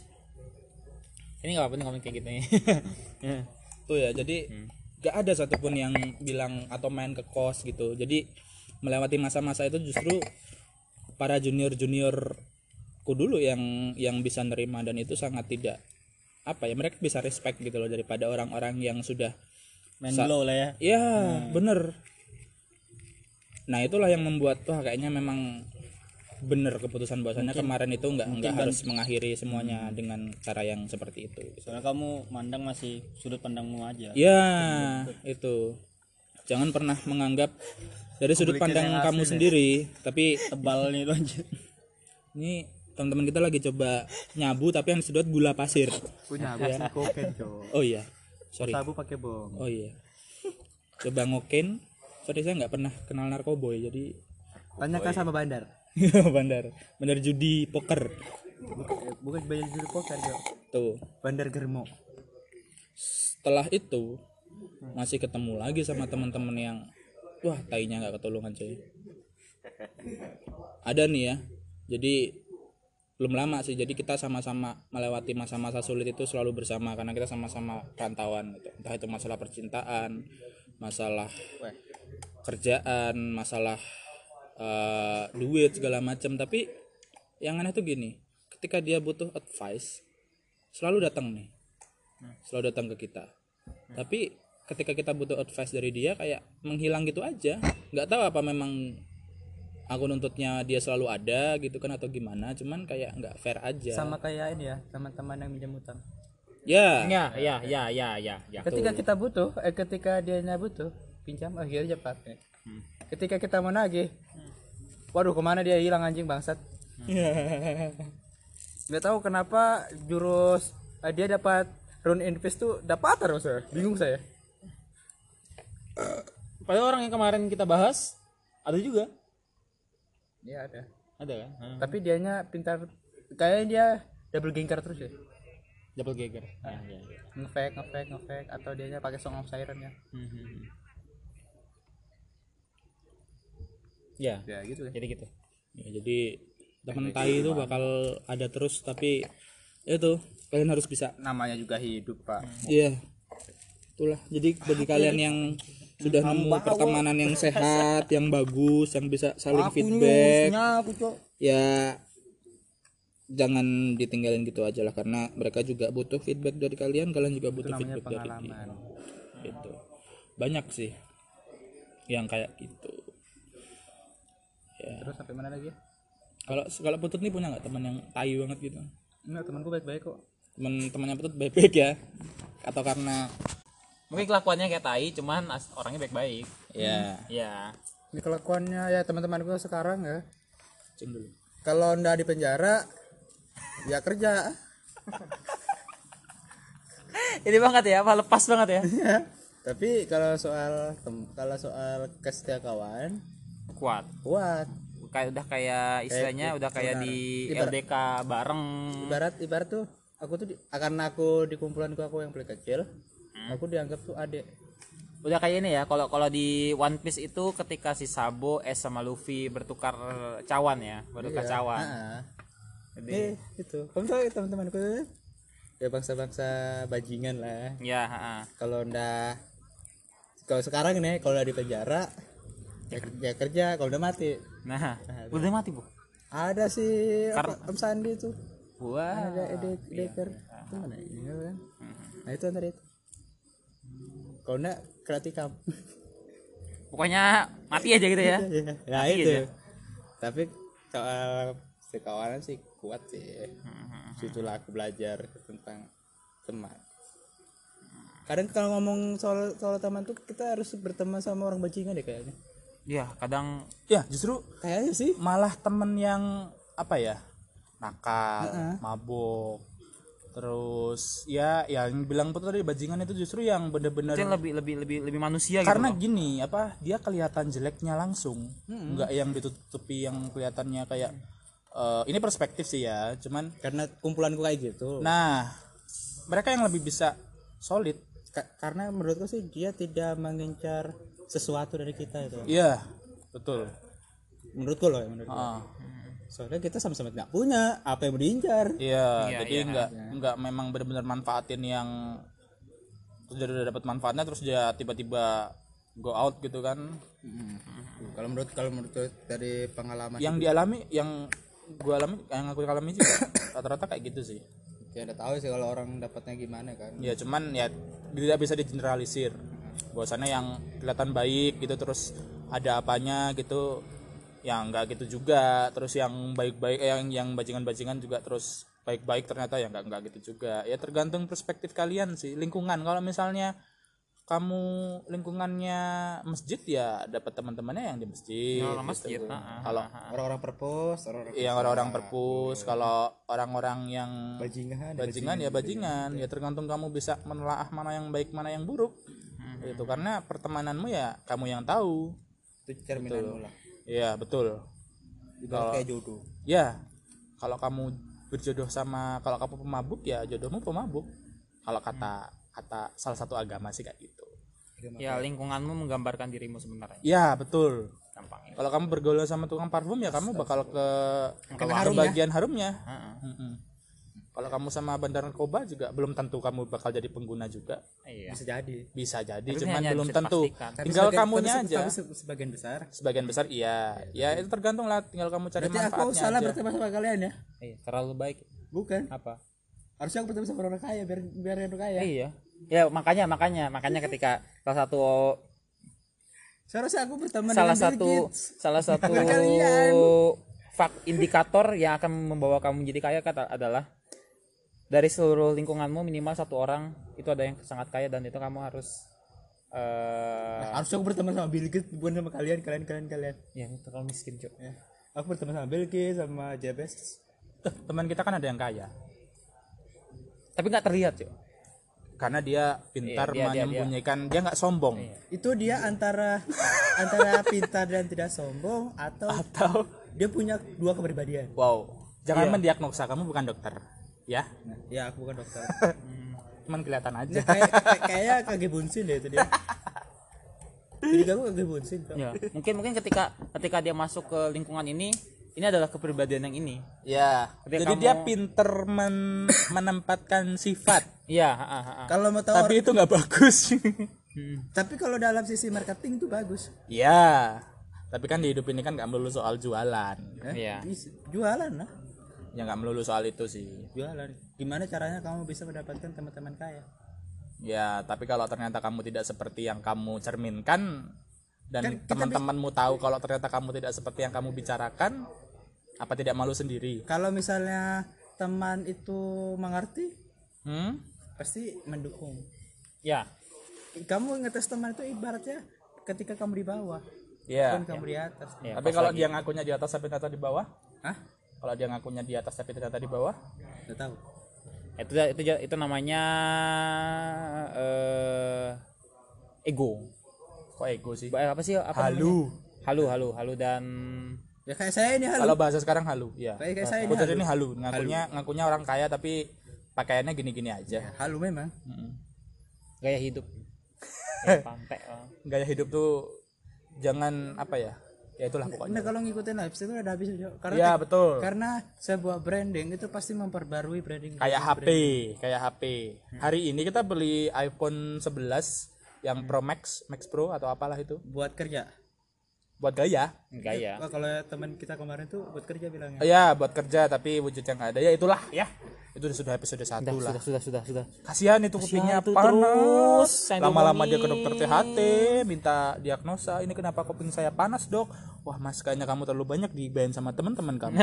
C: Ini nggak apa-apa nih ngomong kayak gitu nih. Ya.
A: tuh ya, jadi gak ada satupun yang bilang atau main ke kos gitu. Jadi melewati masa-masa itu justru para junior-juniorku dulu yang yang bisa nerima, dan itu sangat tidak apa ya, mereka bisa respect gitu loh daripada orang-orang yang sudah
D: Main
A: Sa-
D: blow lah ya.
A: ya bener Nah itulah yang membuat wah kayaknya memang bener keputusan bahwasannya kemarin itu nggak nggak harus mengakhiri semuanya dengan cara yang seperti itu.
D: Soalnya kamu mandang masih sudut pandangmu aja.
A: Ya itu, jangan pernah menganggap dari sudut pandang kamu sendiri, tapi
D: Tebalnya itu aja.
A: ini teman-teman kita lagi coba nyabu tapi yang sedot gula pasir.
B: Punya habis koken, Cok.
A: Oh iya, sorry.
B: Sabu pakai bom.
A: Oh iya, coba ngoken. Sorry saya nggak pernah kenal narkoboy jadi
B: Tanyakan sama bandar.
A: bandar bandar judi poker
B: Bukan bandar judi poker, Cok.
A: tuh.
B: Bandar Germo.
A: Setelah itu masih ketemu lagi sama teman-teman yang wah tainya nggak ketulungan coy. Ada nih ya, jadi belum lama sih, jadi kita sama-sama melewati masa-masa sulit itu selalu bersama karena kita sama-sama rantauan gitu. Entah itu masalah percintaan, masalah kerjaan, masalah uh, duit segala macam. Tapi yang aneh tuh gini, ketika dia butuh advice selalu datang nih, selalu datang ke kita. Tapi ketika kita butuh advice dari dia kayak menghilang gitu aja, nggak tahu apa memang aku nuntutnya dia selalu ada gitu kan atau gimana, cuman kayak nggak fair aja.
B: Sama kayak ini ya, teman-teman yang minjam utang.
A: Ya,
C: Ya, ya, ya, ya, ya, ya.
B: Ketika kita butuh, eh ketika dia butuh pinjam, akhirnya pakai. Ketika kita mau nagih, waduh kemana dia hilang anjing bangsat. Nggak tahu kenapa jurus eh, dia dapat rune invest tuh dapat terus ya. Bingung saya.
C: Padahal orang yang kemarin kita bahas ada juga.
B: Iya ada.
C: Ada kan? Hmm.
B: Tapi dianya pintar, kayaknya dia double gangker terus ya.
C: Double Geiger. Ah, ya, ya.
B: Ngefake, ngefake, ngefake atau dianya pakai song of siren ya.
C: Hmm. Ya,
B: Ya gitu ya.
C: jadi gitu.
A: ya jadi teman tai itu bakal ada terus, tapi itu kalian harus bisa.
B: Namanya juga hidup, Pak.
A: Iya, itulah. Jadi bagi kalian yang sudah nemu pertemanan yang sehat, yang bagus, yang bisa saling feedback,
B: Aku, Cok.
A: ya jangan ditinggalin gitu aja lah, karena mereka juga butuh feedback dari kalian, kalian juga butuh feedback dari dia. Gitu. Banyak sih yang kayak gitu. Ya.
B: Terus sampai mana lagi?
A: Kalau kalau Putut nih punya nggak teman yang tai banget gitu?
B: Enggak, temanku baik-baik kok.
A: Teman-temannya Putut baik-baik ya? Atau karena
C: Mungkin kelakuannya kayak tai, cuman as- orangnya baik-baik.
A: ya
C: Ya.
B: Ini kelakuannya ya teman-temanku sekarang ya.
A: ceng dulu.
B: Kalau ndak di penjara ya kerja.
C: Ini banget ya, apa lepas banget ya.
B: Ya. Tapi kalau soal tem- kalau soal kesetiakawan
C: Kuat.
B: kuat.
C: Kayak udah kayak istilahnya
B: Kayak-
C: udah kayak
B: saudara.
C: di
B: Ibarat-
C: L D K bareng.
B: Ibarat ibarat tuh aku tuh di, karena aku di kumpulanku aku yang paling kecil,
C: Hmm.
B: aku dianggap tuh adik.
C: Udah kayak ini ya, kalau kalau di One Piece itu ketika si Sabo, S sama Luffy bertukar cawan ya, bertukar cawan.
B: Heeh.
C: Jadi
B: Eh, itu. Kamu tahu ya, teman-temanku tuh ya bangsa-bangsa bajingan lah.
C: ya, heeh.
B: Kalau ndak kalau sekarang nih kalau udah di penjara ya, ya kerja, kalau udah mati
C: Nah, udah mati, Bu.
B: ada sih
C: Kar-
B: apa, Om Sandi tuh
C: Wah.
B: ada ede deker itu mana ini kan nah itu antara itu kalau enggak keratikam
C: Pokoknya mati aja gitu ya.
B: nah
C: Mati
B: itu
C: aja.
B: tapi soal sekawanan sih kuat sih situlah aku belajar tentang teman. Kadang kalau ngomong soal soal teman tuh kita harus berteman sama orang bajingan deh kayaknya.
C: Iya, kadang
A: Ya justru
B: Kayaknya sih.
A: malah temen yang apa ya, nakal, mabuk, terus ya yang bilang tuh tadi bajingan itu justru yang bener-bener
C: itu yang lebih lebih lebih lebih manusia
A: karena
C: gitu.
A: gini apa, dia kelihatan jeleknya langsung, nggak yang ditutupi yang kelihatannya kayak eh, ini perspektif sih ya, cuman
B: Karena kumpulanku kayak gitu.
A: nah mereka yang lebih bisa solid.
B: Ka- karena menurutku sih dia tidak mengincar sesuatu dari kita itu.
A: Iya betul.
B: Menurutku loh, ya, menurutku.
A: Ah,
B: Soalnya kita sama-sama tidak punya apa yang mau diincar.
A: iya,
C: Iya,
A: jadi
C: iya.
A: nggak nggak memang benar-benar manfaatin yang terus dia udah dapat manfaatnya terus dia tiba-tiba go out gitu kan.
B: Kalau menurut kalau menurut dari pengalaman
A: Yang dialami, yang gua alami, yang aku alami juga rata-rata kayak gitu sih.
B: ya udah tahu sih kalau orang dapatnya gimana kan.
A: Ya cuman ya tidak bisa digeneralisir. Bahwasannya yang kelihatan baik gitu terus ada apanya gitu, yang enggak gitu juga. Terus yang baik-baik eh, yang yang bajingan-bajingan juga terus baik-baik ternyata ya enggak enggak gitu juga. Ya tergantung perspektif kalian sih, lingkungan. Kalau misalnya kamu lingkungannya masjid ya dapat teman-temannya yang di masjid.
C: Orang masjid,
A: gitu.
C: ah, ah,
A: Kalau
C: ah, ah.
B: Orang-orang perpus, orang-orang
A: yang orang-orang perpus, kalau orang-orang yang
B: bajingan,
A: bajingan ya bajingan, ya tergantung kamu bisa menelaah mana yang baik mana yang buruk. Itu karena pertemananmu ya kamu yang tahu.
B: itu cerminanmu lah.
A: Iya, betul.
B: Ibarat kayak jodoh.
A: Ya, kalau kamu berjodoh sama kalau kamu pemabuk ya jodohmu pemabuk. Kalau kata kata salah satu agama sih kayak gitu.
C: Ya lingkunganmu menggambarkan dirimu sebenarnya.
A: Ya, betul.
C: Gampang.
A: Kalau kamu bergaul sama tukang parfum ya kamu bakal ke ke
B: harum
A: bagian harumnya.
C: Heeh.
A: Mm-mm. Kalau kamu sama bandar narkoba juga belum tentu kamu bakal jadi pengguna juga.
C: Iya.
B: Bisa jadi.
A: Bisa jadi,
C: Tapi
A: cuman
C: hanya
A: belum
C: bisa
A: tentu.
C: dipastikan.
B: Tapi
A: Tinggal
B: sebagian-
A: kamunya
B: tapi se-
A: aja.
B: tapi se- sebagian besar.
A: Sebagian besar iya. Ya itu tergantung lah, tinggal kamu cari
B: Berarti
A: manfaatnya
B: aku salah
A: aja.
B: berteman sama kalian ya?
C: Iya, terlalu baik.
B: Bukan.
C: Apa?
B: Harusnya aku berteman sama orang kaya biar biar orang kaya.
C: Iya. Ya makanya makanya makanya ketika salah satu
B: Seharusnya aku berteman
C: salah
B: dengan Bill
C: satu
B: Gates.
C: salah satu
B: Bukan kalian.
C: fak indikator yang akan membawa kamu menjadi kaya kata adalah dari seluruh lingkunganmu minimal satu orang itu ada yang sangat kaya dan itu kamu harus eh
B: Harusnya aku berteman sama Bill Gates bukan sama kalian, kalian kalian kalian.
C: ya terlalu miskin cok.
B: Ya. Aku berteman sama Bill Gates sama Jeff Bezos.
A: Tuh, teman kita kan ada yang kaya.
C: Tapi nggak terlihat cok.
A: Karena dia pintar
C: Iya, dia- dia-
A: menyembunyikan, dia nggak sombong.
B: Itu dia antara antara pintar dan tidak sombong atau
A: Atau
B: dia punya dua kepribadian.
A: wow, jangan
C: Iya.
A: mendiagnosa, kamu bukan dokter. Ya,
B: Ya aku bukan dokter.
A: cuman kelihatan aja.
B: Dia kayak kayak- kayak kage bunsin deh itu dia. Jadi aku kage bunsin. Kok.
C: Ya, mungkin mungkin ketika ketika dia masuk ke lingkungan ini, ini adalah kepribadian yang ini.
A: Ya,
C: Ketika
A: jadi
C: kamu-
A: dia pinter men- menempatkan sifat.
C: Iya, ha, ha, ha.
B: Kalau mau tahu
A: Tapi itu nggak bagus.
B: tapi kalau dalam sisi marketing itu bagus.
A: Ya, tapi kan di hidup ini kan nggak melulu soal jualan.
C: Iya.
B: Bisa- Jualan lah.
A: Ya nggak melulu soal itu sih.
B: Jualan. Gimana caranya kamu bisa mendapatkan teman-teman kaya?
A: Ya, tapi kalau ternyata kamu tidak seperti yang kamu cerminkan dan
B: Kan kita
A: teman-temanmu tahu kalau ternyata kamu tidak seperti yang kamu bicarakan, apa tidak malu sendiri?
B: Kalau misalnya teman itu mengerti,
A: Hmm?
B: pasti mendukung.
C: Ya.
B: Kamu ngetes teman itu ibaratnya ketika kamu di bawah,
A: Ya.
B: bukan kamu di atas.
C: Ya,
A: Tapi kalau dia ngakunya di atas tapi ternyata di bawah?
B: Hah?
A: Kalau dia ngakunya di atas tapi ternyata di bawah?
B: Nggak tahu.
C: itu itu itu namanya eh ego.
A: Kok ego sih?
C: Ba- apa sih apa
A: Halu.
C: namanya? Halu, halu, halu dan
B: Ya kayak saya ini halo.
A: Kalau bahasa sekarang halu, ya.
B: Kayak kayak saya ini
A: Putri
B: halu.
A: ini halu, ngakunya ngakunya orang kaya tapi pakaiannya gini-gini aja.
B: Halo memang.
A: Mm-mm.
C: gaya hidup. Ya, pantai. Oh.
A: Gaya hidup tuh jangan apa ya? Ya itulah
B: Nah
A: pokoknya.
B: kalau ngikutin lifestyle itu udah habis aja. Karena
A: Iya, betul.
B: karena sebuah branding itu pasti memperbarui branding.
A: Kayak H P, kayak H P. Hari ini kita beli iPhone sebelas yang Pro Max, Max Pro atau apalah itu.
B: Buat kerja.
A: Buat gaya.
C: Gaya.
B: Wah, kalau teman kita kemarin tuh buat kerja bilangnya.
A: Ya, buat kerja tapi wujudnya nggak ada. Ya itulah ya. Itu sudah episode satu
C: Sudah,
A: lah.
C: sudah, sudah, sudah.
A: Kasihan itu kupingnya
C: itu
A: panas.
C: terus, yang
A: Lama-lama dia ke
C: diomongin.
A: dokter T H T, minta diagnosa. Ini kenapa kuping saya panas, Dok? Wah, Mas, kayaknya kamu terlalu banyak dibayain sama teman-teman kamu.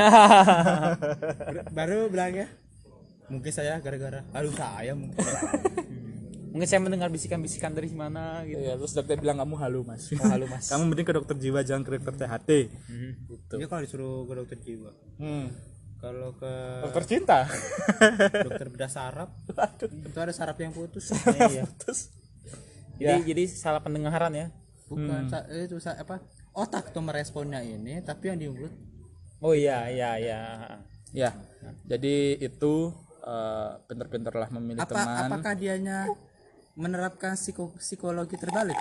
B: Baru bilangnya mungkin saya gara-gara halu saya mungkin.
C: Mungkin saya mendengar bisikan-bisikan dari mana gitu.
A: Ya, terus dokter bilang kamu halu, Mas.
C: Oh, halu, Mas.
A: Kamu mending ke dokter jiwa, jangan ke dokter T H T. Gitu.
B: Dia kalau disuruh ke dokter jiwa.
A: Hmm.
B: Kalau ke
A: Dokter cinta.
B: dokter bedah saraf, itu ada saraf yang putus.
C: Iya.
A: Terus
C: Jadi jadi salah pendengaran ya.
B: Bukan sa- itu sa- apa? Otak tuh meresponnya ini, tapi yang di mulut
C: Oh iya, iya, iya.
A: ya. Jadi itu eh, pinter-pinterlah memilih
B: apa
A: teman.
B: apakah dianya menerapkan psiko- psikologi terbalik?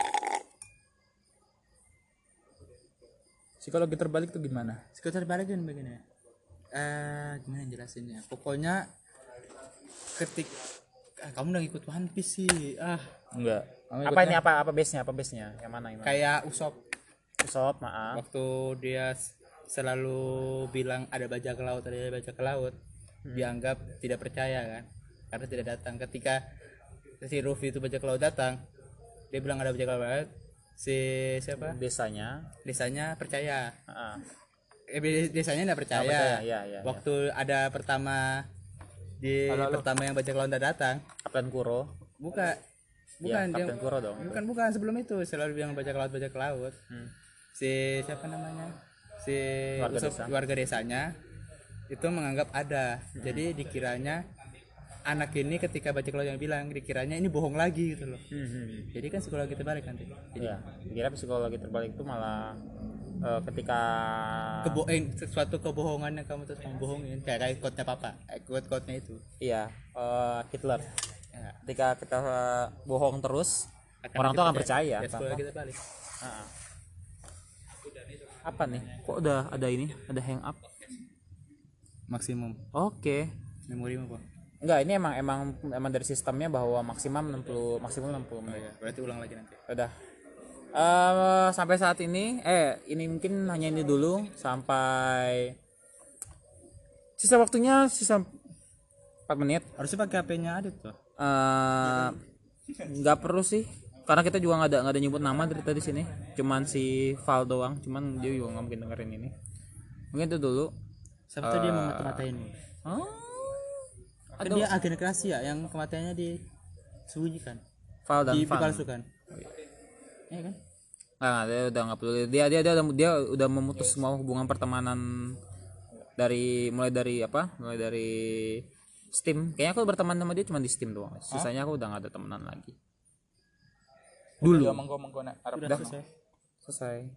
A: Psikologi terbalik tuh gimana?
B: Psikologi terbalik kan begini. Eh gimana jelasinnya? Pokoknya ketik ah, kamu udah ikut One Piece sih. Ah,
A: Enggak. Kamu
C: Apa ini apa apa base-nya? Apa base-nya? Yang mana yang mana?
B: kayak Usop
C: Usop, maaf.
B: waktu dia s- selalu bilang ada bajak laut, ada bajak laut, dianggap tidak percaya kan? Karena tidak datang. Ketika si Ruffy itu bajak laut datang, dia bilang ada bajak laut, si siapa
C: desanya.
B: desanya percaya
C: Heeh.
B: eh de- desanya nggak percaya,
C: percaya, iya, iya,
B: waktu ada pertama di pertama yang bajak laut datang
C: Kapten Kuro.
B: buka
C: Iya,
B: bukan dia
C: Kapten Kuro dong.
B: bukan bukan sebelum itu selalu bilang bajak laut bajak laut
C: Hmm.
B: si siapa namanya si
C: Warga
B: usop-
C: desa.
B: warga desanya itu menganggap ada jadi dikiranya anak ini ketika bajak laut yang bilang dikiranya ini bohong lagi gitu loh.
C: Hmm.
B: Jadi kan psikologi terbalik nanti jadi
C: Iya, kira psikologi terbalik itu malah eh, ketika
B: kebo eh, sesuatu kebohongan yang kamu terus kamu bohongin kayak kayak quote-nya papa eh, quote-quote-nya itu
C: iya eh, Hitler.
B: ya,
C: Ketika kita eh, bohong terus,
B: akan
C: orang tuh akan
B: dipercaya.
C: percaya.
B: Ya, psikologi terbalik
C: Heeh. Apa nih? Kok udah ada ini? Ada hang up?
B: maksimum
C: Oke.
B: memorimu Pak.
C: Enggak, ini emang emang emang dari sistemnya bahwa maksimum enam puluh maksimum enam puluh menit.
B: Ya, berarti ulang lagi nanti
C: Udah. Eh sampai saat ini eh ini mungkin hanya ini dulu sampai sisa waktunya sisa empat menit.
B: harusnya pakai H P-nya Adit tuh
C: Eh nggak perlu sih karena kita juga nggak ada nggak ada nyebut nama dari tadi sini, cuman si Val doang, cuman dia juga nggak mungkin dengerin ini. Mungkin itu dulu.
B: siapa tuh dia mau mata-matain
C: Oh,
B: kan dia agen rahasia yang kematiannya disembunyikan
C: Val dan Van.
B: dipalsukan ya kan
C: Nggak, dia udah nggak perlu. Dia dia dia udah dia udah memutus semua hubungan pertemanan dari mulai dari apa? Mulai dari Steam. Kayaknya aku berteman sama dia cuma di Steam doang. Sisanya aku udah nggak ada temenan lagi. Dulu.
A: Monggo monggo nek arep
B: udah selesai
C: Selesai.